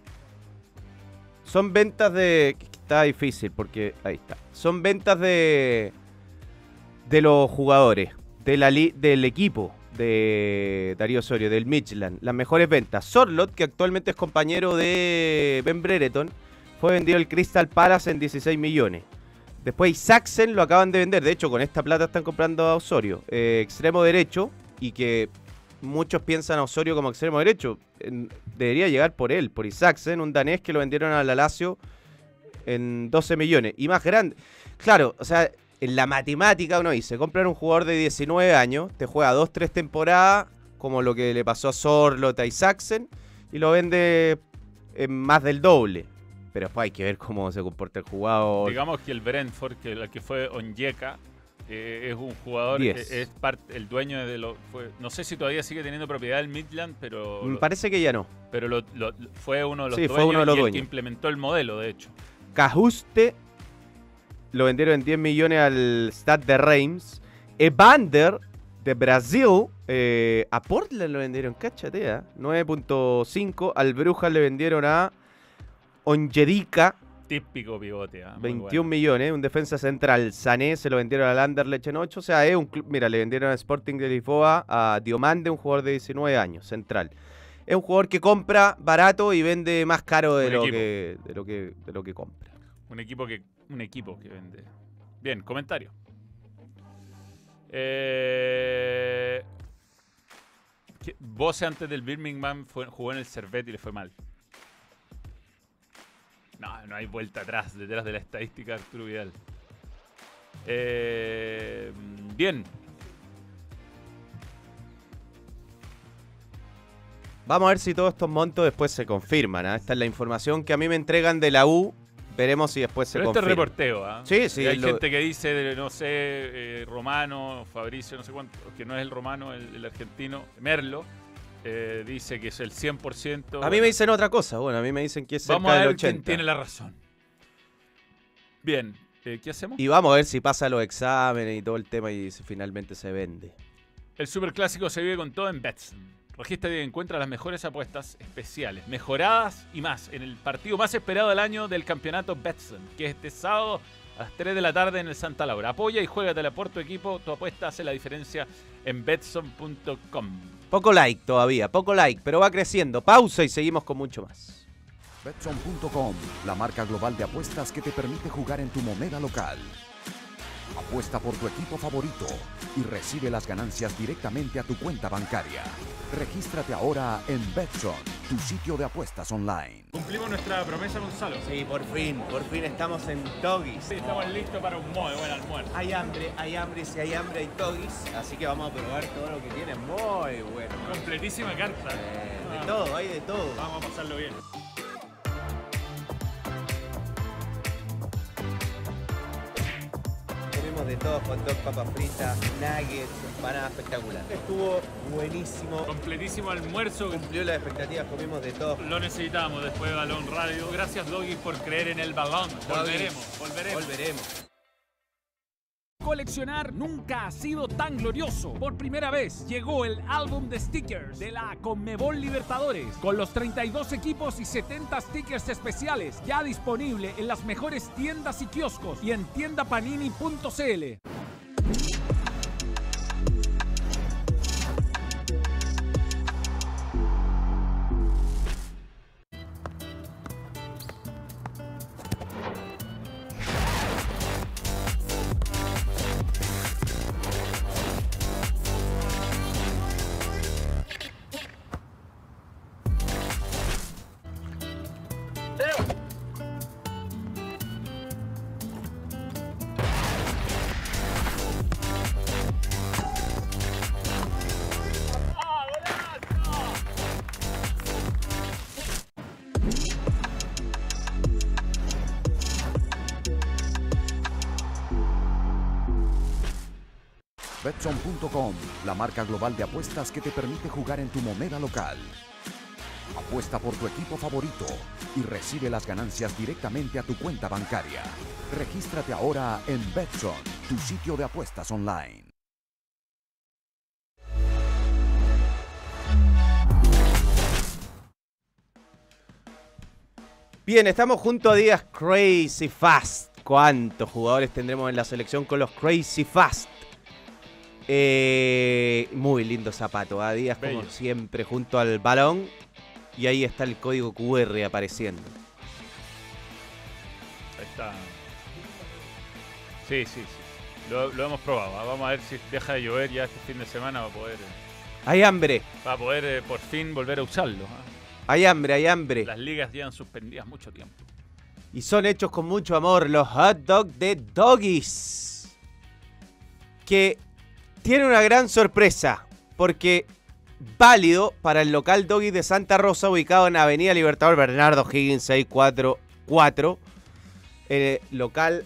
Son ventas de... Está difícil porque... Ahí está. Son ventas de... De los jugadores. De la li- del equipo de Darío Osorio, del Midtjylland. Las mejores ventas. Sorlot, que actualmente es compañero de Ben Brereton, fue vendido al Crystal Palace en dieciséis millones. Después Isaacsen lo acaban de vender. De hecho, con esta plata están comprando a Osorio. Eh, extremo derecho. Y que muchos piensan a Osorio como extremo derecho. En- debería llegar por él, por Isaacsen, un danés que lo vendieron al Lazio en doce millones. Y más grande. Claro, o sea, en la matemática uno dice, comprar un jugador de diecinueve años, te juega dos, tres temporadas, como lo que le pasó a Sorlot, a Isaacsen, y lo vende en más del doble. Pero después hay que ver cómo se comporta el jugador. Digamos que el Brentford, que el que fue Onyeka, eh, es un jugador diez. que es parte, el dueño de lo... Fue, no sé si todavía sigue teniendo propiedad del Midland, pero... Me lo- parece que ya no. pero lo- lo- fue uno de los Sí, dueños fue uno de los y el dueños. que implementó el modelo, de hecho. Cajuste lo vendieron en diez millones al Stade de Reims. Evander de Brasil eh, a Portland lo vendieron, cachatea, nueve punto cinco. Al Brujas le vendieron a Onyedika Típico pivote. ¿ah? Muy veintiún bueno. millones. Un defensa central, Sané, se lo vendieron al Anderlecht en ocho. O sea, es un club. Mira, le vendieron a Sporting de Lisboa a Diomande, un jugador de diecinueve años, central. Es un jugador que compra barato y vende más caro de, Un lo equipo. que, de, lo que, de lo que compra. Un equipo que un equipo que vende. Bien, comentario. Eh, que- Bose antes del Birmingham fue- jugó en el Servette y le fue mal. No, no hay vuelta atrás detrás de la estadística de Arturo Vidal. Eh, bien. Vamos a ver si todos estos montos después se confirman. ¿eh? Esta es la información que a mí me entregan de la U. Veremos si después se Pero esto es confirma. reporteo, ¿ah? Sí, sí. Y hay lo- gente que dice, no sé, eh, Romano, Fabricio, no sé cuánto, que no es el romano, el, el argentino, Merlo, eh, dice que es el cien por ciento. A mí me dicen otra cosa. Bueno, a mí me dicen que es cerca Vamos a del ver quién ochenta. tiene la razón. Bien, eh, ¿qué hacemos? Y vamos a ver si pasa los exámenes y todo el tema y si finalmente se vende. El Superclásico se vive con todo en Betson. Registra y encuentra las mejores apuestas especiales, mejoradas y más, en el partido más esperado del año del campeonato Betson, que es este sábado a las tres de la tarde en el Santa Laura. Apoya y juégatela por tu equipo. Tu apuesta hace la diferencia en betson punto com. Poco like todavía, poco like, pero va creciendo. Pausa y seguimos con mucho más. Betson punto com, la marca global de apuestas que te permite jugar en tu moneda local. Apuesta por tu equipo favorito y recibe las ganancias directamente a tu cuenta bancaria. Regístrate ahora en Betson, tu sitio de apuestas online. Cumplimos nuestra promesa, Gonzalo. Sí, por fin, por fin estamos en Doggies. Sí, estamos listos para un muy buen almuerzo. Hay hambre, hay hambre, si hay hambre hay Doggies. Así que vamos a probar todo lo que tiene. Muy bueno. Completísima carta. Eh, de todo, hay de todo. Vamos a pasarlo bien. Comimos de todo, hot dog, papas fritas, nuggets, empanada espectacular. Estuvo buenísimo. Completísimo almuerzo. Cumplió las expectativas, comimos de todo. Lo necesitábamos después de Balón Radio. Gracias, Doggy, por creer en el balón. Volveremos, volveremos. Volveremos. Coleccionar nunca ha sido tan glorioso. Por primera vez llegó el álbum de stickers de la Conmebol Libertadores, con los treinta y dos equipos y setenta stickers especiales, ya disponible en las mejores tiendas y kioscos y en tienda panini punto c l. Betson punto com, la marca global de apuestas que te permite jugar en tu moneda local. Apuesta por tu equipo favorito y recibe las ganancias directamente a tu cuenta bancaria. Regístrate ahora en Betson, tu sitio de apuestas online. Bien, estamos junto a días Crazy Fast. ¿Cuántos jugadores tendremos en la selección con los Crazy Fast? Eh, muy lindo zapato, a días como Bello. siempre junto al balón. Y ahí está el código Q R apareciendo. Ahí está. Sí, sí, sí. Lo, lo hemos probado. ¿ah? Vamos a ver si deja de llover ya este fin de semana para poder, eh, Hay hambre, para poder eh, por fin volver a usarlo. ¿ah? hay hambre, hay hambre. Las ligas llevan suspendidas mucho tiempo. Y son hechos con mucho amor los hot dogs de Doggies. Que tiene una gran sorpresa. Porque válido para el local Doggies de Santa Rosa, ubicado en Avenida Libertador Bernardo Higgins seiscientos cuarenta y cuatro. Eh, local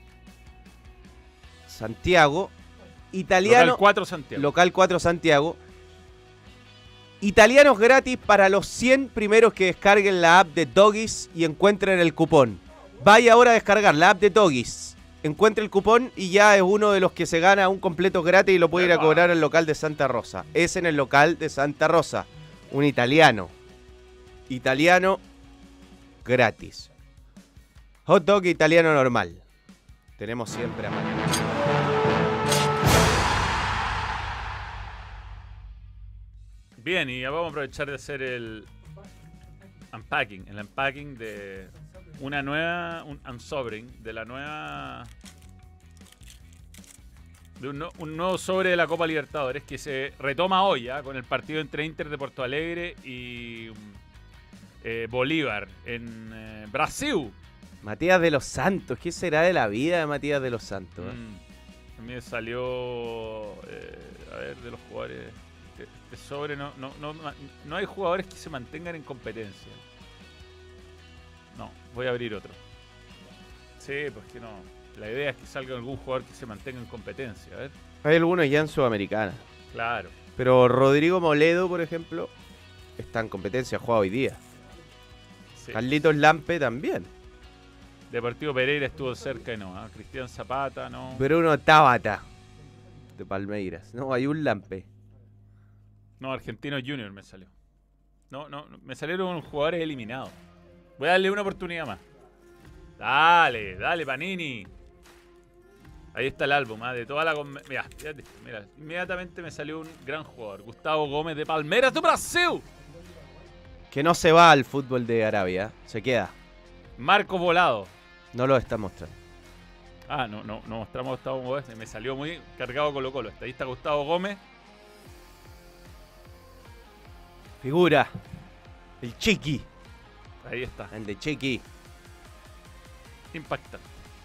Santiago. Italiano. Local cuatro Santiago. Local cuatro Santiago. Italianos gratis para los cien primeros que descarguen la app de Doggies y encuentren el cupón. Vaya ahora a descargar la app de Doggies. Encuentre el cupón y ya es uno de los que se gana un completo gratis y lo puede ir a cobrar al local de Santa Rosa. Es en el local de Santa Rosa. Un italiano. Italiano gratis. Hot dog italiano normal. Tenemos siempre a mano. Bien, y ya vamos a aprovechar de hacer el unpacking, el unpacking de una nueva, un unsobring, de la nueva, de un, no- un nuevo sobre de la Copa Libertadores que se retoma hoy, ¿ah? Con el partido entre Inter de Porto Alegre y eh, Bolívar en eh, Brasil. Matías de los Santos. ¿Qué será de la vida de Matías de los Santos? eh? Mm, a mí me salió, eh, a ver, de los jugadores. Este, este sobre no, no, no, no hay jugadores que se mantengan en competencia. No, voy a abrir otro. Sí, pues que no. La idea es que salga algún jugador que se mantenga en competencia. A ver. Hay algunos ya en Sudamericana. Claro. Pero Rodrigo Moledo, por ejemplo, está en competencia, juega hoy día. Sí. Carlitos Lampe también. Deportivo Pereira estuvo cerca y no. ¿eh? Cristian Zapata, no. Bruno Tabata, de Palmeiras. No, hay un Lampe. No, Argentino Junior me salió. No, no, me salieron jugadores eliminados. Voy a darle una oportunidad más. Dale, dale, Panini. Ahí está el álbum, ¿eh? De toda la... Mira, fíjate, mira, inmediatamente me salió un gran jugador. Gustavo Gómez de Palmeiras do Brasil. Que no se va al fútbol de Arabia, se queda. Marcos Volado. No lo está mostrando. Ah, no, no, no mostramos a Gustavo Gómez. Me salió muy cargado Colo Colo. Ahí está Gustavo Gómez. Figura. El Chiqui. Ahí está. El de Chiqui. Impactante.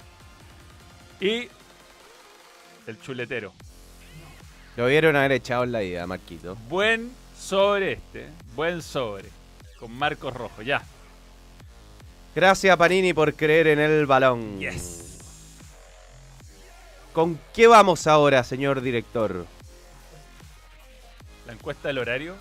Y el chuletero. Lo vieron haber echado en la ida, Marquito. Buen sobre este. Buen sobre. Con Marcos Rojo. Ya. Gracias, Panini, por creer en el balón. Yes. ¿Con qué vamos ahora, señor director? La encuesta del horario.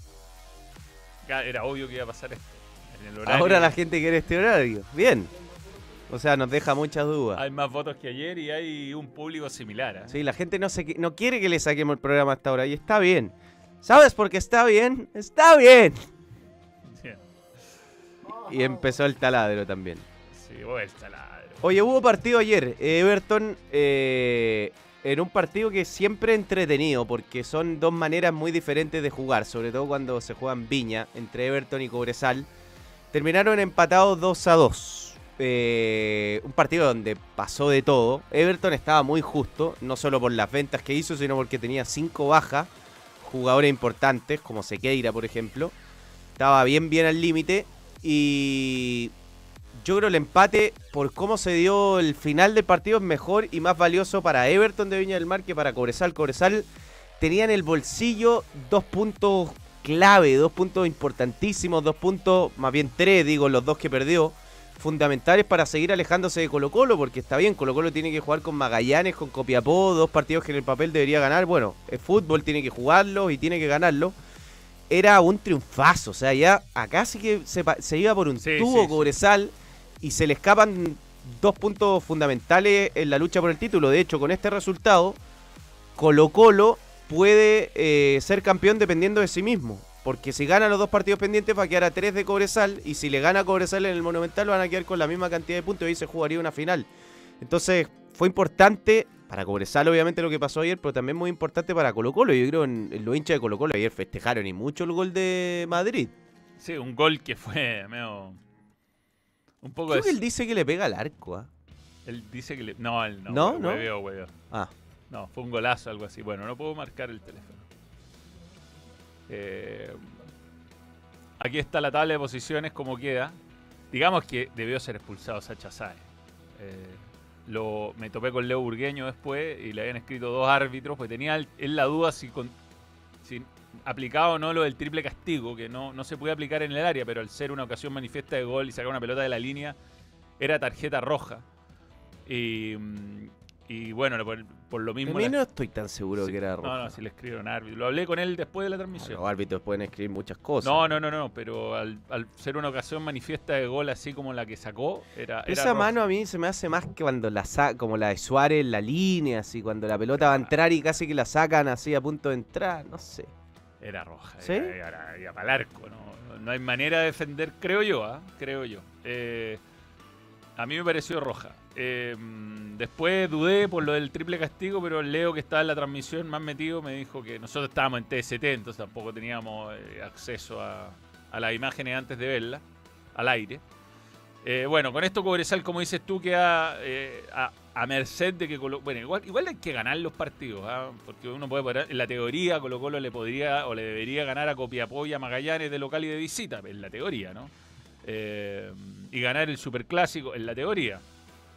Era obvio que iba a pasar esto. En el horario, Ahora la gente quiere este horario. Bien. O sea, nos deja muchas dudas. hay más votos que ayer y hay un público similar. ¿eh? Sí, la gente no, se, no quiere que le saquemos el programa hasta ahora. Y está bien. ¿Sabes por qué está bien? ¡Está bien! Bien. Y empezó el taladro también. Sí, vuelta ladro. Oye, hubo partido ayer. Everton, eh, en un partido que siempre entretenido, porque son dos maneras muy diferentes de jugar, sobre todo cuando se juega en Viña, entre Everton y Cobresal. Terminaron empatados dos a dos. Eh, un partido donde pasó de todo. Everton estaba muy justo, no solo por las ventas que hizo, sino porque tenía cinco bajas, jugadores importantes, como Sequeira, por ejemplo. Estaba bien, bien al límite. Y yo creo el empate, por cómo se dio el final del partido, es mejor y más valioso para Everton de Viña del Mar que para Cobresal. Cobresal tenía en el bolsillo dos puntos clave, dos puntos importantísimos, dos puntos, más bien tres, digo, los dos que perdió, fundamentales para seguir alejándose de Colo Colo, porque está bien, Colo Colo tiene que jugar con Magallanes, con Copiapó, dos partidos que en el papel debería ganar. Bueno, es fútbol, tiene que jugarlo y tiene que ganarlo. Era un triunfazo, o sea, ya acá sí que se, se iba por un Sí, tubo sí, Cobresal y se le escapan dos puntos fundamentales en la lucha por el título. De hecho, con este resultado, Colo Colo puede eh, ser campeón dependiendo de sí mismo. Porque si gana los dos partidos pendientes va a quedar a tres de Cobresal. Y si le gana a Cobresal en el Monumental van a quedar con la misma cantidad de puntos. Y ahí se jugaría una final. Entonces fue importante para Cobresal obviamente lo que pasó ayer, pero también muy importante para Colo Colo. Yo creo en, en los hinchas de Colo Colo ayer festejaron y mucho el gol de Madrid. Sí, un gol que fue medio... Un poco Creo de... que él dice que le pega al arco, ¿ah? Él dice que le... No, él no. ¿No? ¿No? Hueveo, hueveo. Ah. No, fue un golazo, algo así. Bueno, no puedo marcar el teléfono. Eh, aquí está la tabla de posiciones, como queda. Digamos que debió ser expulsado Sacha Sáez. Eh, lo, me topé con Leo Burgueño después y le habían escrito dos árbitros, pues tenía él la duda si, con, si aplicaba o no lo del triple castigo, que no, no se puede aplicar en el área, pero al ser una ocasión manifiesta de gol y sacar una pelota de la línea, era tarjeta roja. Y... Y bueno, por, por lo mismo... A mí la... no estoy tan seguro sí, que era roja. No, no, si le escribieron árbitro. Lo hablé con él después de la transmisión. Los árbitros pueden escribir muchas cosas. No, no, no, no, pero al, al ser una ocasión manifiesta de gol así como la que sacó, era, era Esa roja. mano a mí se me hace más que cuando la sa como la de Suárez en la línea, así, cuando la pelota va a entrar y casi que la sacan así a punto de entrar, no sé. Era roja, ¿Sí? era, era, era para el arco, ¿no? No hay manera de defender, creo yo, ¿ah? ¿eh? Creo yo. Eh, a mí me pareció roja. Eh, después dudé por lo del triple castigo, pero Leo, que estaba en la transmisión más metido, me dijo que nosotros estábamos en T S T, entonces tampoco teníamos eh, acceso a, a las imágenes antes de verlas, al aire. Eh, bueno, con esto Cobresal, como dices tú, queda eh, a, a merced de que Colo... Bueno, igual, igual hay que ganar los partidos, ¿eh? Porque uno puede poner, en la teoría Colo Colo le podría o le debería ganar a Copiapó y a Magallanes de local y de visita, en la teoría, ¿no? Eh, y ganar el Superclásico, en la teoría.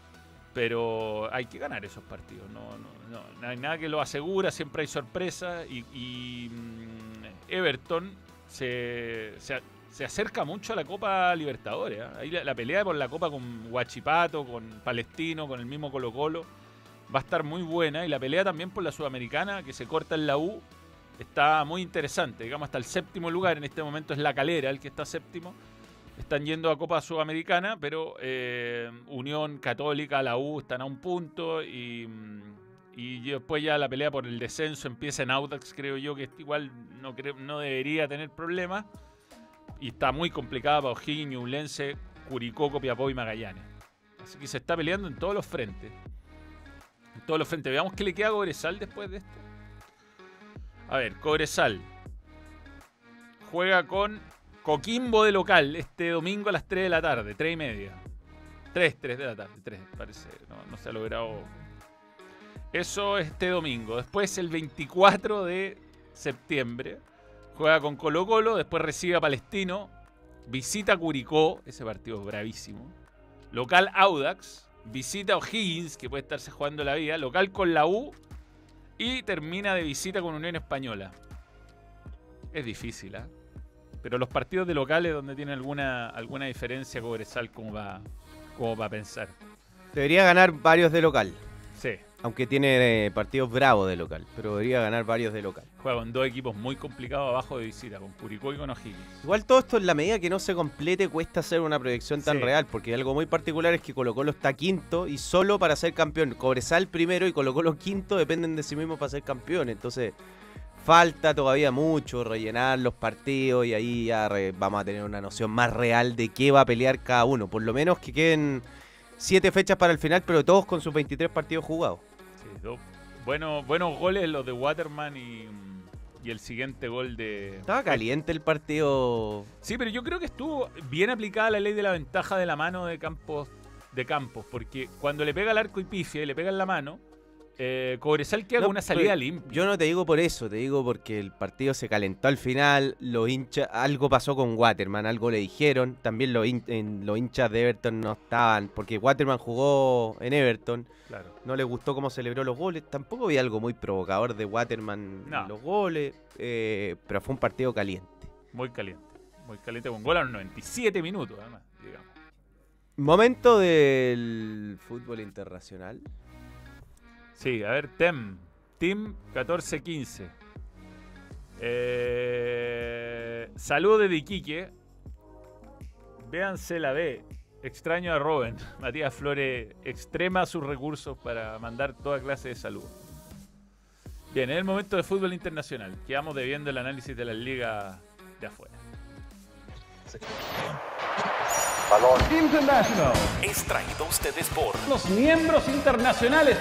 pero hay que ganar esos partidos. No, no, no, no hay nada que lo asegura, siempre hay sorpresas. Y, y mm, Everton se, se, se acerca mucho a la Copa Libertadores. ¿eh? Ahí la, la pelea por la Copa con Huachipato, con Palestino, con el mismo Colo-Colo, va a estar muy buena. Y la pelea también por la Sudamericana, que se corta en la U, está muy interesante. Digamos, hasta el séptimo lugar en este momento es La Calera, el que está séptimo. Están yendo a Copa Sudamericana, pero eh, Unión Católica, la U, están a un punto y, y después ya la pelea por el descenso empieza en Audax, creo yo, que igual no, creo, no debería tener problemas. Y está muy complicada para O'Higgins, Ñublense, Curicó, Copiapó y Magallanes. Así que se está peleando en todos los frentes. En todos los frentes. Veamos qué le queda a Cobresal después de esto. A ver, Cobresal juega con Coquimbo de local este domingo a las tres de la tarde, tres y media. tres, tres de la tarde, tres, parece. No, no se ha logrado. Eso este domingo. Después, el veinticuatro de septiembre, juega con Colo-Colo. Después recibe a Palestino. Visita Curicó. Ese partido es bravísimo. Local Audax. Visita a O'Higgins, que puede estarse jugando la vida. Local con la U. Y termina de visita con Unión Española. Es difícil, ¿ah? ¿eh? Pero los partidos de locales donde tiene alguna, alguna diferencia Cobresal, ¿cómo va, cómo va a pensar? Debería ganar varios de local. Sí. Aunque tiene eh, partidos bravos de local, pero debería ganar varios de local. Juega con dos equipos muy complicados abajo de visita, con Curicó y con O'Higgins. Igual todo esto en la medida que no se complete cuesta hacer una proyección tan Sí. real, porque algo muy particular es que Colo-Colo está quinto y solo para ser campeón. Cobresal primero y Colo-Colo quinto dependen de sí mismos para ser campeón. Entonces falta todavía mucho rellenar los partidos y ahí ya re- vamos a tener una noción más real de qué va a pelear cada uno. Por lo menos que queden siete fechas para el final, pero todos con sus veintitrés partidos jugados. Sí, dos bueno, buenos goles los de Waterman y, y el siguiente gol de... Estaba caliente el partido. Sí, pero yo creo que estuvo bien aplicada la ley de la ventaja de la mano de Campos, de Campos, porque cuando le pega el arco y pifia y le pega en la mano, eh, Cobresal queda No, con una salida pero limpia. Yo no te digo por eso, te digo porque el partido se calentó al final, los hinchas, algo pasó con Waterman, algo le dijeron, también los, hin- en- los hinchas de Everton no estaban, porque Waterman jugó en Everton, Claro. no les gustó cómo celebró los goles, tampoco vi algo muy provocador de Waterman No. en los goles, eh, pero fue un partido caliente. Muy caliente. Muy caliente con gol a los noventa y siete minutos, además, digamos. Momento del fútbol internacional. Sí, a ver, Tem. Team catorce quince. Eh, saludo de Iquique. Véanse la B. Extraño a Robin. Matías Flores extrema sus recursos para mandar toda clase de salud. Bien, en el momento de fútbol internacional. Quedamos debiendo el análisis de las ligas de afuera. Balón. International. Es traído a ustedes por Los miembros internacionales.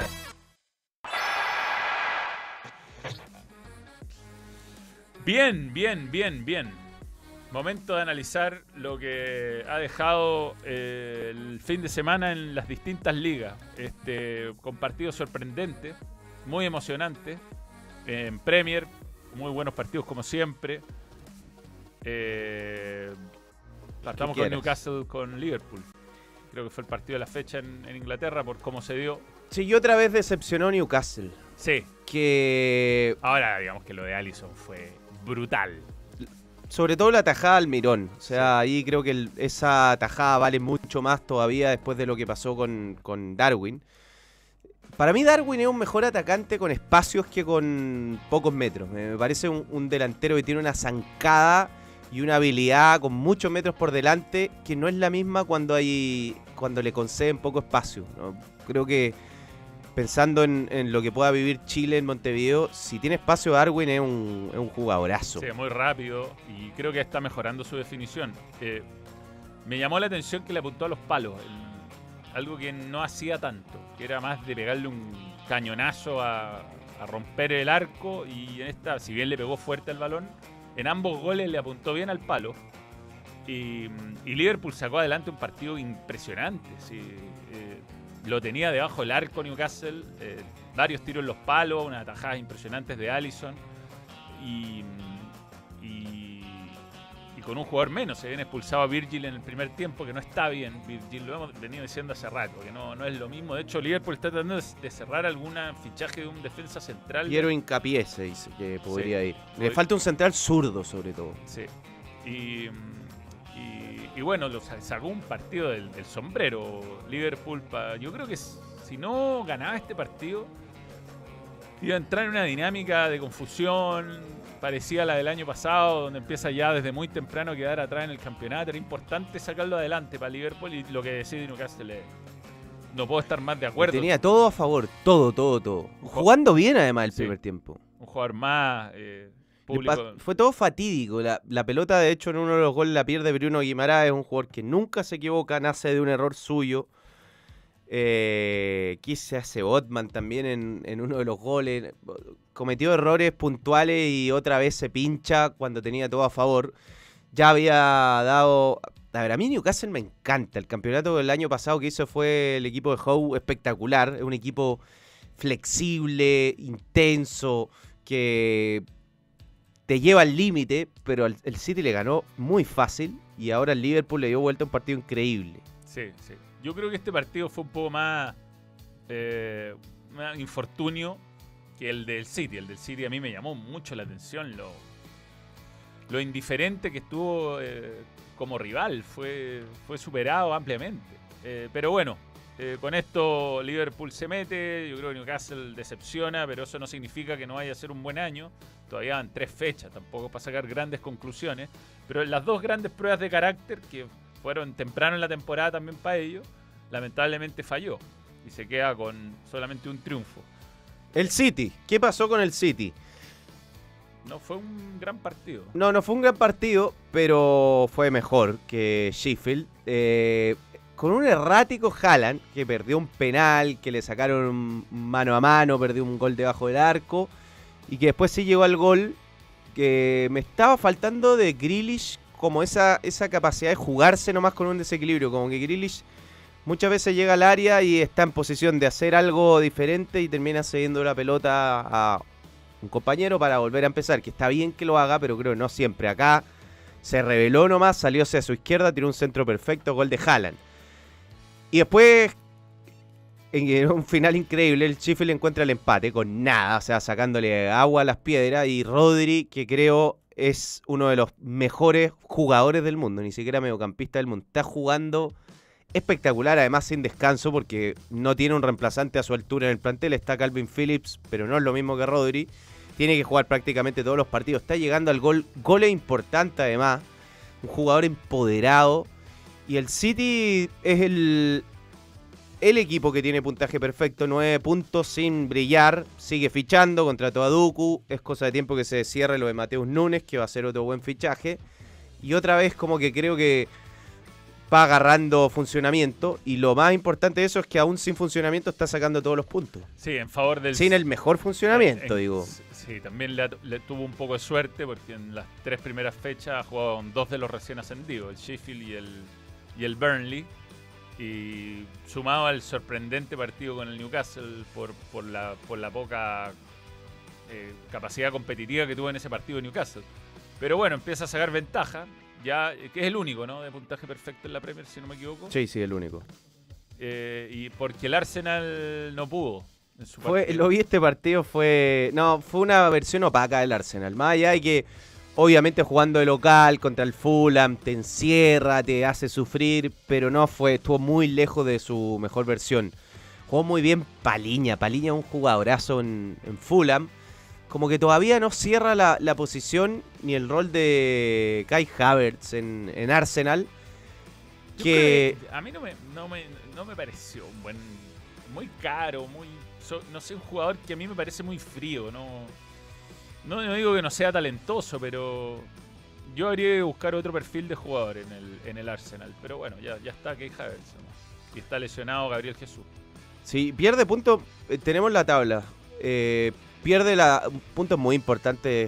Bien, bien, bien, bien. Momento de analizar lo que ha dejado eh, el fin de semana en las distintas ligas. Este, con partidos sorprendentes, muy emocionantes. En Premier, muy buenos partidos como siempre. Eh, partamos con quieras. Newcastle con Liverpool. Creo que fue el partido de la fecha en, en Inglaterra por cómo se dio. Sí, y otra vez decepcionó Newcastle, Sí, que ahora digamos que lo de Alisson fue brutal. sobre todo la tajada al Mirón. O sea, ahí creo que el- esa tajada vale mucho más todavía después de lo que pasó con, con Darwin. Para mí Darwin es un mejor atacante con espacios que con pocos metros. Me parece un, un delantero que tiene una zancada y una habilidad con muchos metros por delante que no es la misma cuando hay cuando le conceden poco espacio, ¿no? Creo que pensando en, en lo que pueda vivir Chile en Montevideo, si tiene espacio Darwin es un, es un jugadorazo. Sí, muy rápido y creo que está mejorando su definición. Eh, me llamó la atención que le apuntó a los palos, el- algo que no hacía tanto, que era más de pegarle un cañonazo a, a romper el arco y en esta, si bien le pegó fuerte al balón, en ambos goles le apuntó bien al palo y, y Liverpool sacó adelante un partido impresionante. Sí, eh, lo tenía debajo del arco Newcastle, eh, varios tiros en los palos, unas atajadas impresionantes de Alisson. Y, y, y con un jugador menos. Se habían expulsado a Virgil en el primer tiempo, que no está bien. Virgil, lo hemos venido diciendo hace rato, que no, no es lo mismo. De hecho, Liverpool está tratando de, de cerrar algún fichaje de un defensa central. Piero Hincapié se dice que podría Sí. ir. Le falta un central zurdo, sobre todo. Sí. Y, y, y bueno, lo sa- sacó un partido del, del sombrero Liverpool. Pa, yo creo que s- si no ganaba este partido, iba a entrar en una dinámica de confusión parecida a la del año pasado, donde empieza ya desde muy temprano a quedar atrás en el campeonato. Era importante sacarlo adelante para Liverpool, y lo que decide Newcastle es, no puedo estar más de acuerdo. Tenía todo a favor, todo, todo, todo. Jugando bien además el Sí. primer tiempo. Un jugador más eh, Le público. pa- Fue todo fatídico. La, la pelota, de hecho, en uno de los goles la pierde Bruno Guimaraes, un jugador que nunca se equivoca, nace de un error suyo. Eh, aquí se hace Botman también en, en uno de los goles. Cometió errores puntuales y otra vez se pincha cuando tenía todo a favor. Ya había dado... A ver, a mí Newcastle me encanta. El campeonato del año pasado que hizo fue el equipo de Howe espectacular. Es un equipo flexible, intenso, que te lleva al límite, pero al- el City le ganó muy fácil y ahora el Liverpool le dio vuelta a un partido increíble. Sí, sí. Yo creo que este partido fue un poco más, eh, más infortunio que el del City. El del City a mí me llamó mucho la atención lo, lo indiferente que estuvo eh, como rival. Fue, fue superado ampliamente. Eh, pero bueno, eh, con esto Liverpool se mete. Yo creo que Newcastle decepciona, pero eso no significa que no vaya a ser un buen año. Todavía van tres fechas, tampoco para sacar grandes conclusiones. Pero las dos grandes pruebas de carácter que fueron temprano en la temporada también para ellos, lamentablemente falló y se queda con solamente un triunfo. El City, ¿qué pasó con el City? No fue un gran partido. No, no fue un gran partido, pero fue mejor que Sheffield. Eh, con un errático Haaland, que perdió un penal, que le sacaron mano a mano, perdió un gol debajo del arco, y que después sí llegó al gol, que me estaba faltando de Grealish, como esa, esa capacidad de jugarse nomás con un desequilibrio, como que Grealish muchas veces llega al área y está en posición de hacer algo diferente y termina cediendo la pelota a un compañero para volver a empezar, que está bien que lo haga, pero creo que no siempre. Acá se reveló nomás, salió hacia su izquierda, tiró un centro perfecto, gol de Haaland. Y después, en un final increíble, el Sheffield encuentra el empate con nada, o sea, sacándole agua a las piedras, y Rodri, que creo es uno de los mejores jugadores del mundo, ni siquiera mediocampista del mundo, está jugando espectacular, además sin descanso, porque no tiene un reemplazante a su altura en el plantel. Está Calvin Phillips, pero no es lo mismo que Rodri. Tiene que jugar prácticamente todos los partidos. Está llegando al gol, goles importantes además. Un jugador empoderado. Y el City es el, el equipo que tiene puntaje perfecto. nueve puntos sin brillar. Sigue fichando, contrató a Doku. Es cosa de tiempo que se cierre lo de Mateus Nunes, que va a ser otro buen fichaje. Y otra vez como que creo que va agarrando funcionamiento, y lo más importante de eso es que aún sin funcionamiento está sacando todos los puntos. Sí, en favor del... Sin el mejor funcionamiento, en- en- digo. Sí, también le, le tuvo un poco de suerte porque en las tres primeras fechas ha jugado con dos de los recién ascendidos, el Sheffield y el, y el Burnley, y sumado al sorprendente partido con el Newcastle por, por, la, por la poca eh, capacidad competitiva que tuvo en ese partido de Newcastle. Pero bueno, empieza a sacar ventaja. Ya, que es el único, ¿no? De puntaje perfecto en la Premier, si no me equivoco. Sí, sí, el único. Eh, y porque el Arsenal no pudo en su Fue, partido. lo vi este partido, fue. No, fue una versión opaca del Arsenal. Más allá de que, obviamente, jugando de local contra el Fulham, te encierra, te hace sufrir, pero no fue, estuvo muy lejos de su mejor versión. Jugó muy bien Paliña. Paliña es un jugadorazo en, en Fulham. Como que todavía no cierra la, la posición ni el rol de Kai Havertz en, en Arsenal. Yo Que creo que a mí no me, no, me, no me pareció un buen... Muy caro, muy... so- no sé, un jugador que a mí me parece muy frío. No, no, no digo que no sea talentoso, pero yo habría que buscar otro perfil de jugador en el, en el Arsenal. Pero bueno, ya, ya está Kai Havertz, ¿no? Y está lesionado Gabriel Jesús. si pierde puntos, eh, tenemos la tabla. Eh, pierde la, puntos muy importantes.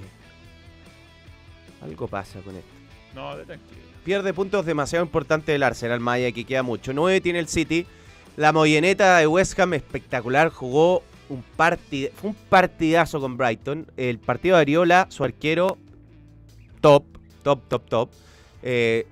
Algo pasa con esto. No, de tranquilo. Pierde puntos demasiado importantes el Arsenal, Maya, que queda mucho. nueve tiene el City. La moyeneta de West Ham, espectacular. Jugó un partid fue un partidazo con Brighton. El partido de Ariola, su arquero, top, top, top, top. Eh,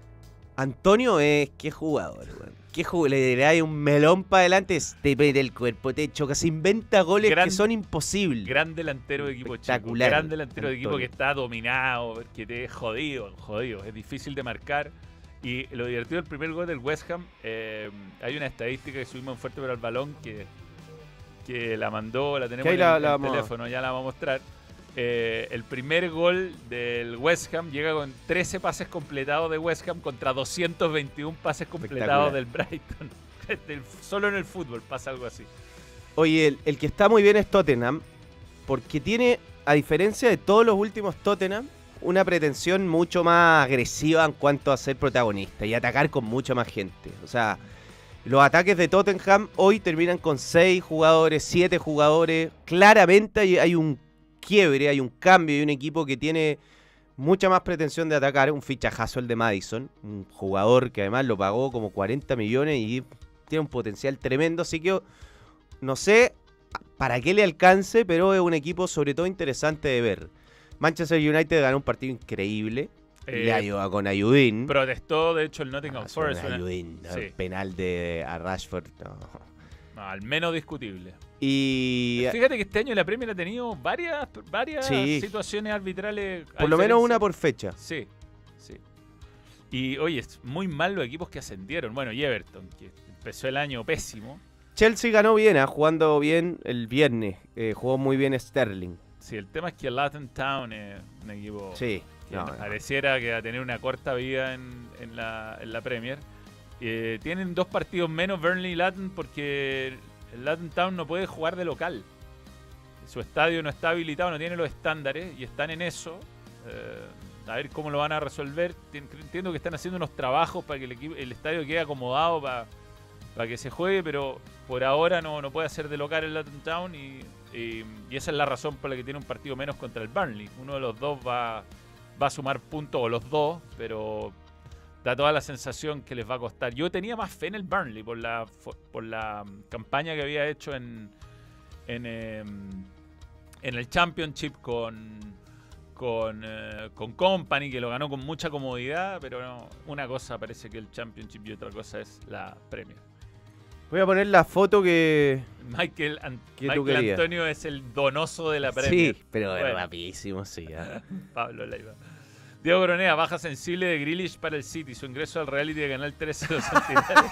Antonio es... qué jugador, weón. Qué jugador. Le da un melón para adelante, te mete el cuerpo, te choca, se inventa goles Gran- que son imposibles. Gran delantero de equipo chico. Espectacular, Gran delantero de equipo que Antonio. está dominado, que te es jodido, jodido. Es difícil de marcar. Y lo divertido del primer gol del West Ham, eh, hay una estadística que subimos en Fuerte para el Balón que, que la mandó, la tenemos Que ahí en la- el, la el vamos a- teléfono, ya la vamos a mostrar. Eh, el primer gol del West Ham llega con trece pases completados de West Ham contra doscientos veintiún pases completados del Brighton. Del- Solo en el fútbol pasa algo así. Oye, el, el que está muy bien es Tottenham, porque tiene, a diferencia de todos los últimos Tottenham, una pretensión mucho más agresiva en cuanto a ser protagonista y atacar con mucha más gente. O sea, los ataques de Tottenham hoy terminan con seis jugadores, siete jugadores. Claramente hay, hay un quiebre, hay un cambio, hay un equipo que tiene mucha más pretensión de atacar. Un fichajazo el de Maddison, un jugador que además lo pagó como cuarenta millones y tiene un potencial tremendo. Así que no sé para qué le alcance, pero es un equipo sobre todo interesante de ver. Manchester United ganó un partido increíble. Eh, le ayuda con Ayudín. Protestó, de hecho, el Nottingham Ah, Forest. con una- Ayudín, ¿no? Sí. El penal de a Rashford. No. No, al menos discutible. Y Fíjate que este año la Premier ha tenido varias, varias Sí. situaciones arbitrales. a por lo menos diferencia- una por fecha. Sí, sí. Y oye, es muy mal los equipos que ascendieron. Bueno, y Everton, que empezó el año pésimo. Chelsea ganó bien, ¿eh? Jugando bien el viernes. Eh, jugó muy bien Sterling. Sí, el tema es que el Luton Town es un equipo Sí. que No, nos no. pareciera que va a tener una corta vida en, en la, en la Premier. Eh, tienen dos partidos menos Burnley y Luton porque el Luton Town no puede jugar de local. Su estadio no está habilitado, no tiene los estándares y están en eso. Eh, a ver cómo lo van a resolver. Tien- Entiendo que están haciendo unos trabajos para que el, equipo, el estadio quede acomodado para, para que se juegue, pero por ahora no, no puede hacer de local el Luton Town y, y, y esa es la razón por la que tiene un partido menos contra el Burnley. Uno de los dos va, va a sumar puntos, o los dos, pero da toda la sensación que les va a costar. Yo tenía más fe en el Burnley por la, por la campaña que había hecho en, en, eh, en el Championship con, con, eh, con Company, que lo ganó con mucha comodidad, pero no, una cosa parece que el Championship y otra cosa es la Premier. Voy a poner la foto que... Michael, An- ¿Qué tú Michael querías? Antonio es el donoso de la Premier. Sí, pero Bueno. rapidísimo, sí. ¿eh? Pablo Leiva. Diego Coronea, baja sensible de Grealish para el City. Su ingreso al reality de Canal trece de los Centinales.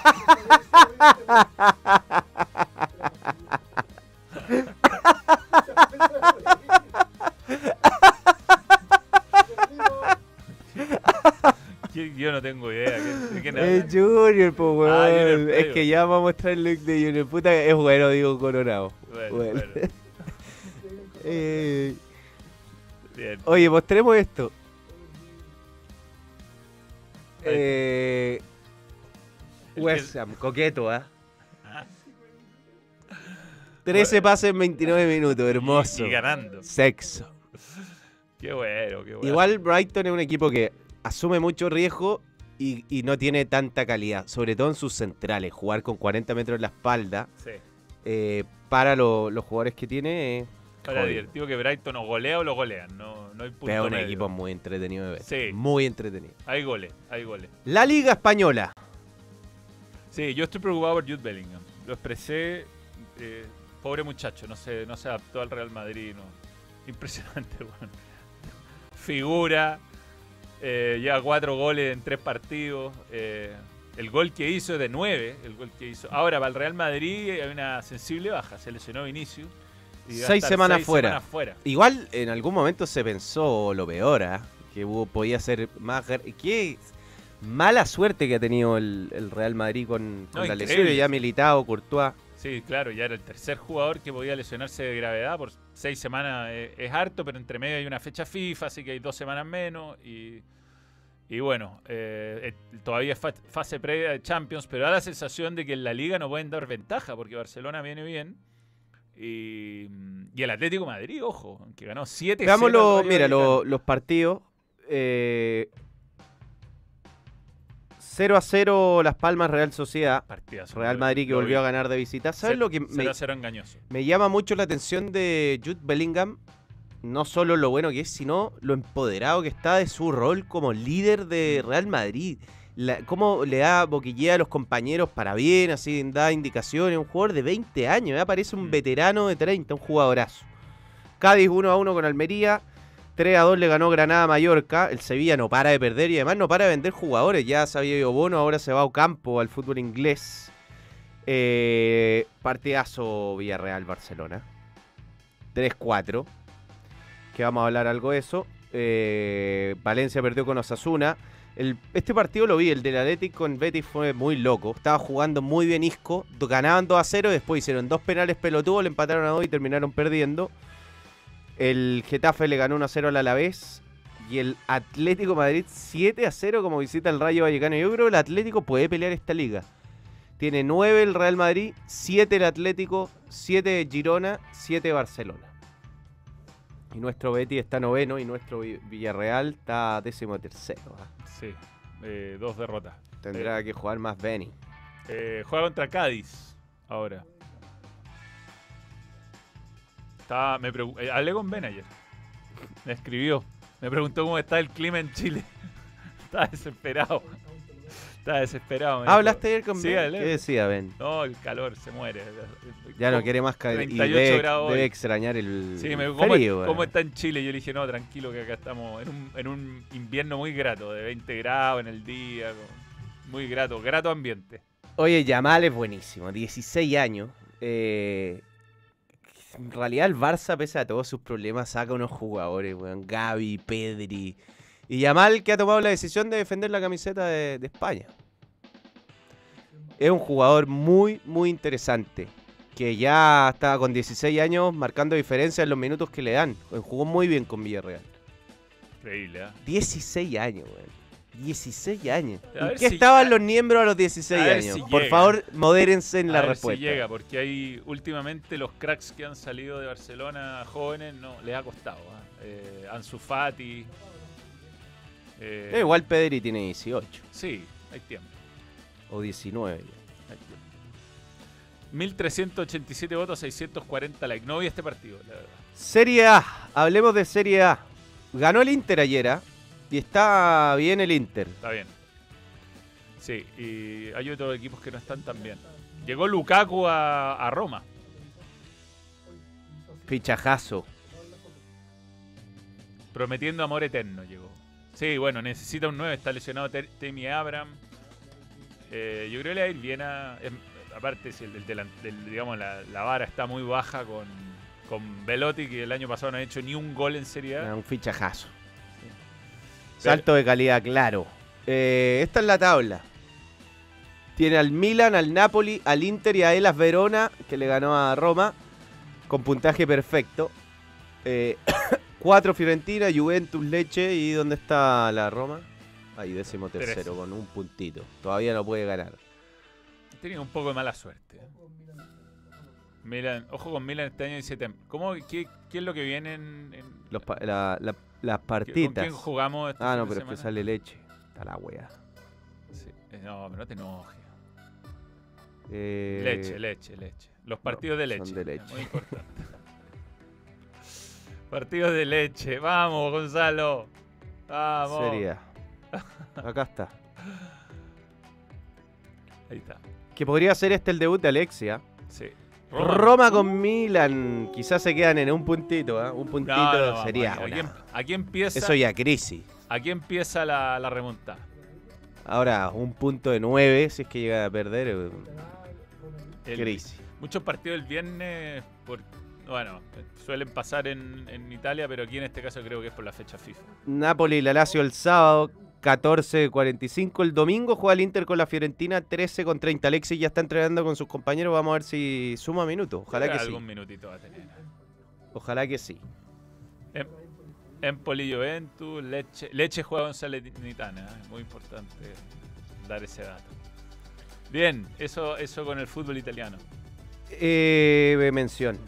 ¿Qué? Yo no tengo idea. ¿Qué- ¿De quién Es habla? Junior, po, weón. Ah, Junior es Playboy. que ya vamos a mostrar el look de Junior. Puta, es bueno, digo, Coronado. Bueno, Bueno. bueno. Eh, Bien. oye, mostremos esto. Ahí. Eh, El West que- Ham, coqueto, ¿ah? trece pases en veintinueve minutos, hermoso. Y, y ganando. Sexo. Qué bueno, qué bueno. Igual Brighton es un equipo que asume mucho riesgo y, y no tiene tanta calidad, sobre todo en sus centrales. Jugar con cuarenta metros en la espalda, Sí. eh, para lo- los jugadores que tiene, es Ahora jodido. divertido que Brighton o golea o lo golean. No, no hay punto Pero es un medio. equipo muy entretenido de ver. Sí. Muy entretenido. Hay goles, hay goles. La Liga Española. Sí, yo estoy preocupado por Jude Bellingham. Lo expresé. eh, pobre muchacho, no se, no se adaptó al Real Madrid. No. Impresionante, bueno. Figura. eh, lleva cuatro goles en tres partidos. eh, el gol que hizo es de nueve. El gol que hizo. Ahora, para el Real Madrid hay una sensible baja. Se lesionó Vinicius. y va a Seis estar semanas seis fuera. semanas fuera. Igual en algún momento se pensó lo peor, ¿ah? Que hubo, podía ser más... gar- Qué mala suerte que ha tenido el, el Real Madrid con, con No, la increíble. lesión. Ya Militao, Courtois. Sí, claro, ya era el tercer jugador que podía lesionarse de gravedad. Por seis semanas eh, es harto, pero entre medio hay una fecha FIFA, así que hay dos semanas menos. Y, y bueno, eh, eh, todavía es fa- fase previa de Champions, pero da la sensación de que en la Liga no pueden dar ventaja, porque Barcelona viene bien. Y, y el Atlético de Madrid, ojo, que ganó siete cero. Veamos al los, Rayo mira, Vallecano. los, los partidos. Eh, cero a cero Las Palmas, Real Sociedad. Partidazo. Real Lo- Madrid que lo volvió vi. a ganar de visita. ¿Sabes Ce- lo que cero me, a cero engañoso. me llama mucho la atención de Jude Bellingham? no solo lo bueno que es, sino lo empoderado que está de su rol como líder de Real Madrid. La, cómo le da boquillea a los compañeros para bien, así da indicaciones. Un jugador de veinte años, ¿eh? Parece un veterano de treinta, un jugadorazo. Cádiz uno a uno con Almería. tres a dos le ganó Granada a Mallorca. El Sevilla no para de perder y además no para de vender jugadores. Ya se había ido Bono, ahora se va a Ocampo al fútbol inglés. Eh, partidazo Villarreal-Barcelona. tres cuatro. Que vamos a hablar algo de eso. Eh, Valencia perdió con Osasuna. El, este partido lo vi, el del Atlético con Betis fue muy loco. Estaba jugando muy bien Isco. Ganaban dos a cero. Después hicieron dos penales pelotudos. Le empataron a dos y terminaron perdiendo. El Getafe le ganó uno a cero al Alavés. Y el Atlético Madrid siete a cero como visita el Rayo Vallecano. Yo creo que el Atlético puede pelear esta liga. Tiene nueve el Real Madrid, siete el Atlético, siete Girona, siete Barcelona. Y nuestro Betis está noveno y nuestro Villarreal está décimo tercero. ¿eh? Sí, eh, dos derrotas. Tendrá eh, que jugar más Beni. Eh, juega contra Cádiz ahora. Estaba, me pregu- eh, hablé con Ben ayer. Me escribió. Me preguntó cómo está el clima en Chile. Estaba desesperado. Estaba desesperado. Me ¿Hablaste dijo, ayer con sí, Ben? hablé. ¿Qué decía Ben? No, el calor se muere. Ya no quiere más calor. Y treinta y ocho debe, grados debe hoy. extrañar el, Sí, me el dijo, ¿cómo, frío. ¿cómo bueno. está en Chile? Yo le dije, no, tranquilo, que acá estamos en un, en un invierno muy grato, de veinte grados en el día. Muy grato, grato ambiente. Oye, Yamal es buenísimo, dieciséis años. Eh, en realidad el Barça, pese a todos sus problemas, saca unos jugadores, weón. Gavi, Pedri. Y Yamal, que ha tomado la decisión de defender la camiseta de, de España. Es un jugador muy, muy interesante. Que ya está con dieciséis años marcando diferencia en los minutos que le dan. Jugó muy bien con Villarreal. Increíble, ¿eh? dieciséis años, weón. dieciséis años. A ¿En ver qué si- estaban a- los miembros a los dieciséis a ver años? si Por llega. favor, modérense en A la ver respuesta. si llega, porque hay últimamente los cracks que han salido de Barcelona jóvenes, no, les ha costado. ¿eh? Eh, Ansu Fati. eh, Eh, igual Pedri tiene dieciocho Sí, hay tiempo. o diecinueve. hay tiempo. mil trescientos ochenta y siete votos, seiscientos cuarenta likes. No vi este partido, la verdad. Serie A, hablemos de Serie A. Ganó el Inter ayer, ¿eh? Y está bien el Inter. Está bien. Sí, y hay otros equipos que no están tan bien. Llegó Lukaku a, a Roma. Fichajazo. Prometiendo amor eterno llegó. Sí, bueno, necesita un nueve. Está lesionado Ter- Temi Abraham. Eh, yo creo que le va a ir bien a... em, aparte, si el, del delan- del- digamos, la, la vara está muy baja con, con Velotti, que el año pasado no ha hecho ni un gol en Serie A. Ah, un fichajazo. Salto de calidad, claro. Eh, esta es la tabla. Tiene al Milan, al Napoli, al Inter y a Hellas Verona, que le ganó a Roma, con puntaje perfecto. Eh, cuatro Fiorentina, Juventus, Lecce. ¿Y dónde está la Roma? Ahí, décimo tercero, Trece. con un puntito. Todavía no puede ganar. Tiene un poco de mala suerte. Milan, ojo con Milan este año diecisiete. ¿Cómo, qué, ¿Qué es lo que viene en...? en- Los pa- la- la- las ¿Con partitas. quién jugamos este Ah, fin no, de pero es que semana? sale Leche. Está la wea. Sí. Eh, No, pero no te enojes. Eh, Leche, leche, leche. Los partidos de son leche. de leche. Muy importante. Partidos de leche. Vamos, Gonzalo. Vamos. Serie A. Acá está. Ahí está. Que podría ser este el debut de Alexia. Sí. Roma, con Milan. Quizás se quedan en un puntito, ¿eh? Un puntito No, no, vamos, sería. aquí, una- aquí, aquí empieza, Eso ya crisis. aquí empieza la, la remontada. Ahora, un punto de nueve, si es que llega a perder, eh, El- crisis. Muchos partidos el viernes, por, bueno, suelen pasar en, en Italia, pero aquí en este caso creo que es por la fecha FIFA. Napoli y la Lazio el sábado, catorce cuarenta y cinco. El domingo juega el Inter con la Fiorentina, trece con treinta. Alexis ya está entrenando con sus compañeros. Vamos a ver si suma minutos. Ojalá que sí. Algún minutito va a tener. Ojalá que sí. Em- Empoli Juventus, Leche, Leche juega con Salernitana, ¿eh? Muy importante dar ese dato. Bien, eso, eso con el fútbol italiano. Eh, mención.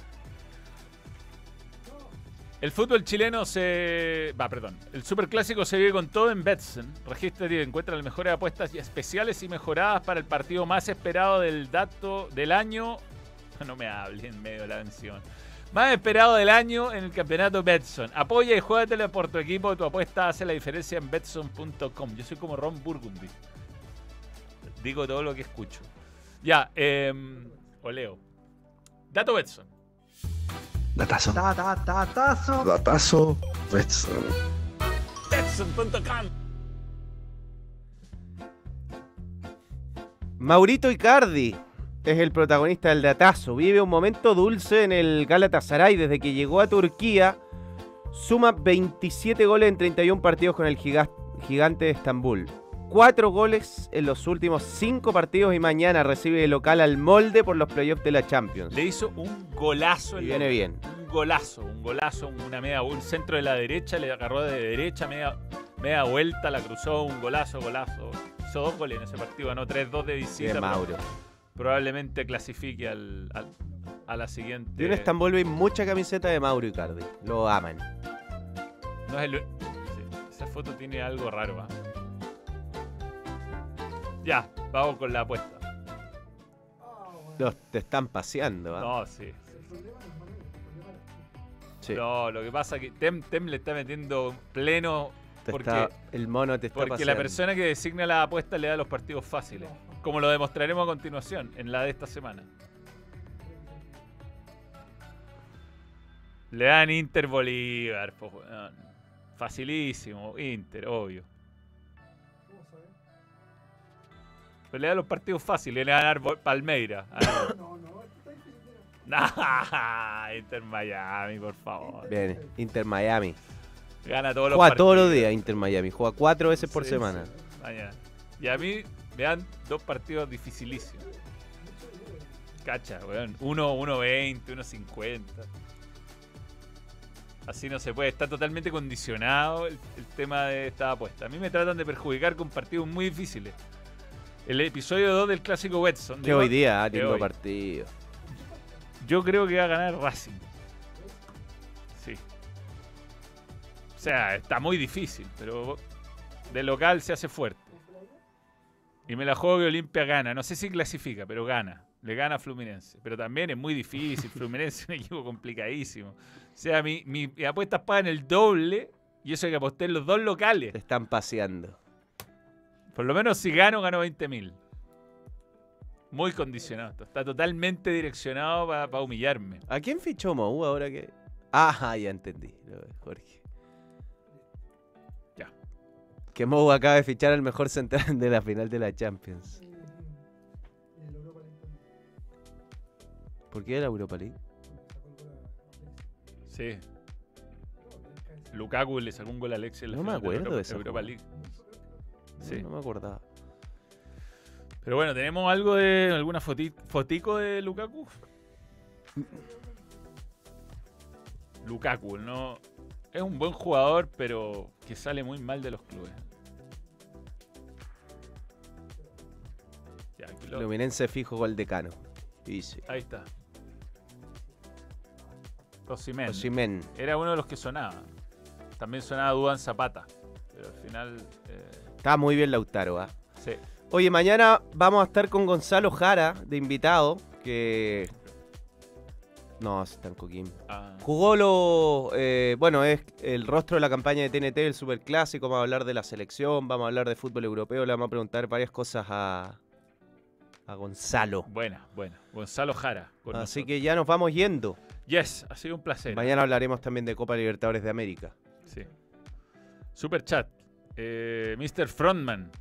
El fútbol chileno se... Va, perdón. El superclásico se vive con todo en Betson. Registra y encuentra las mejores apuestas y especiales y mejoradas para el partido más esperado del dato del año. No me hable en medio de la mención. Más esperado del año en el campeonato Betson. Apoya y juégatela por tu equipo. Tu apuesta hace la diferencia en betson punto com. Yo soy como Ron Burgundy. Digo todo lo que escucho. Ya, eh, o leo. Dato Betson. Datazo. Ta, ta, ta, tazo. Datazo. Betson. betson punto com. Maurito Icardi es el protagonista del datazo. Vive un momento dulce en el Galatasaray desde que llegó a Turquía. Suma veintisiete goles en treinta y uno partidos con el giga- gigante de Estambul. Cuatro goles en los últimos cinco partidos y mañana recibe el local al Molde por los playoffs de la Champions. Le hizo un golazo. Y en viene la- bien. Un golazo, un golazo, una media, un centro de la derecha, le agarró de derecha, media, media vuelta, la cruzó, un golazo, golazo. Hizo dos goles en ese partido, ganó tres dos de visita. Bien, Mauro. Probablemente clasifique al, al- a la siguiente. Yo en Estambul vi mucha camiseta de Mauro Icardi. Lo aman. No es el... sí, esa foto tiene algo raro, ¿ah? Ya, vamos con la apuesta. Los te están paseando, ¿ah? No, sí. Sí. No, lo que pasa es que Tem, Tem le está metiendo pleno Te porque, está- el mono te está porque paseando. la persona que designa la apuesta le da los partidos fáciles. Como lo demostraremos a continuación en la de esta semana. Le dan Inter Bolívar. Po, weón. Facilísimo. Inter, obvio. Pero le da los partidos fáciles. Le van a dar Bo- Palmeira. Ah, no, no. Nah, Inter Miami, por favor. Bien, Inter Miami. Gana todos los Juega partidos. todos los días Inter Miami. Juega cuatro veces por Sí, semana. sí. Mañana. Y a mí me dan dos partidos dificilísimos. Cacha, weón. Uno, uno veinte, uno cincuenta. Así no se puede. Está totalmente condicionado el, el tema de esta apuesta. A mí me tratan de perjudicar con partidos muy difíciles. El episodio dos del clásico Betson. Que hoy día, ah, que lindo hoy. partido. Yo creo que va a ganar Racing. Sí. O sea, está muy difícil, pero de local se hace fuerte. Y me la juego que Olimpia gana. No sé si clasifica, pero gana. Le gana a Fluminense. Pero también es muy difícil. Fluminense es un equipo complicadísimo. O sea, mi, mi, mis apuestas pagan el doble y eso hay que apostar en los dos locales. Te están paseando. Por lo menos si gano, gano veinte mil. Muy condicionado. Esto está totalmente direccionado para pa humillarme. ¿A quién fichó Mou ahora que...? Ah, ya entendí, Jorge. Ya. Que Mou acaba de fichar al mejor central de la final de la Champions. ¿Por qué la Europa League? Sí. Lukaku le sacó un gol a Alexis en la No me final acuerdo Europa, de esa Europa jugada. League. Sí. No, no me acordaba. Pero bueno, ¿tenemos algo de alguna foti- fotico de Lukaku? Lukaku, no es un buen jugador, pero que sale muy mal de los clubes. Ya, aquí lo- Fluminense fijo gol de Cano. Dice. ahí está. Osimhen. Osimhen. Era uno de los que sonaba. También sonaba Duan Zapata. Pero al final. eh, Está muy bien Lautaro, ¿ah? sí. Oye, mañana vamos a estar con Gonzalo Jara de invitado, que... No, está en Coquimbo. Ah, Jugó lo... eh, bueno, es el rostro de la campaña de T N T, el Superclásico. Vamos a hablar de la selección, vamos a hablar de fútbol europeo. Le vamos a preguntar varias cosas a, a Gonzalo. buena, buena. Gonzalo Jara. con Así nosotros. que ya nos vamos yendo. Yes, ha sido un placer. Mañana hablaremos también de Copa Libertadores de América. Sí. Super chat. Eh, mister Frontman.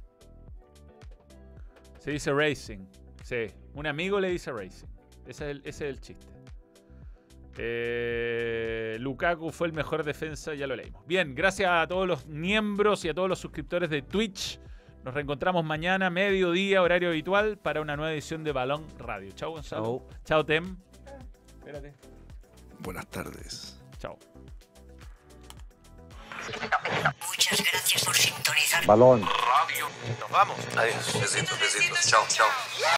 Se dice Racing. Sí. Un amigo le dice Racing. Ese es el, ese es el chiste. Eh, Lukaku fue el mejor defensa, ya lo leímos. Bien, gracias a todos los miembros y a todos los suscriptores de Twitch. Nos reencontramos mañana, mediodía, horario habitual, para una nueva edición de Balón Radio. Chao, Gonzalo. Chao. Chao, Tem. Espérate. Buenas tardes. Chao. Muchas gracias por sintonizar. Balón. Radio. Nos vamos. Adiós. Besitos, besitos. Chao, chao.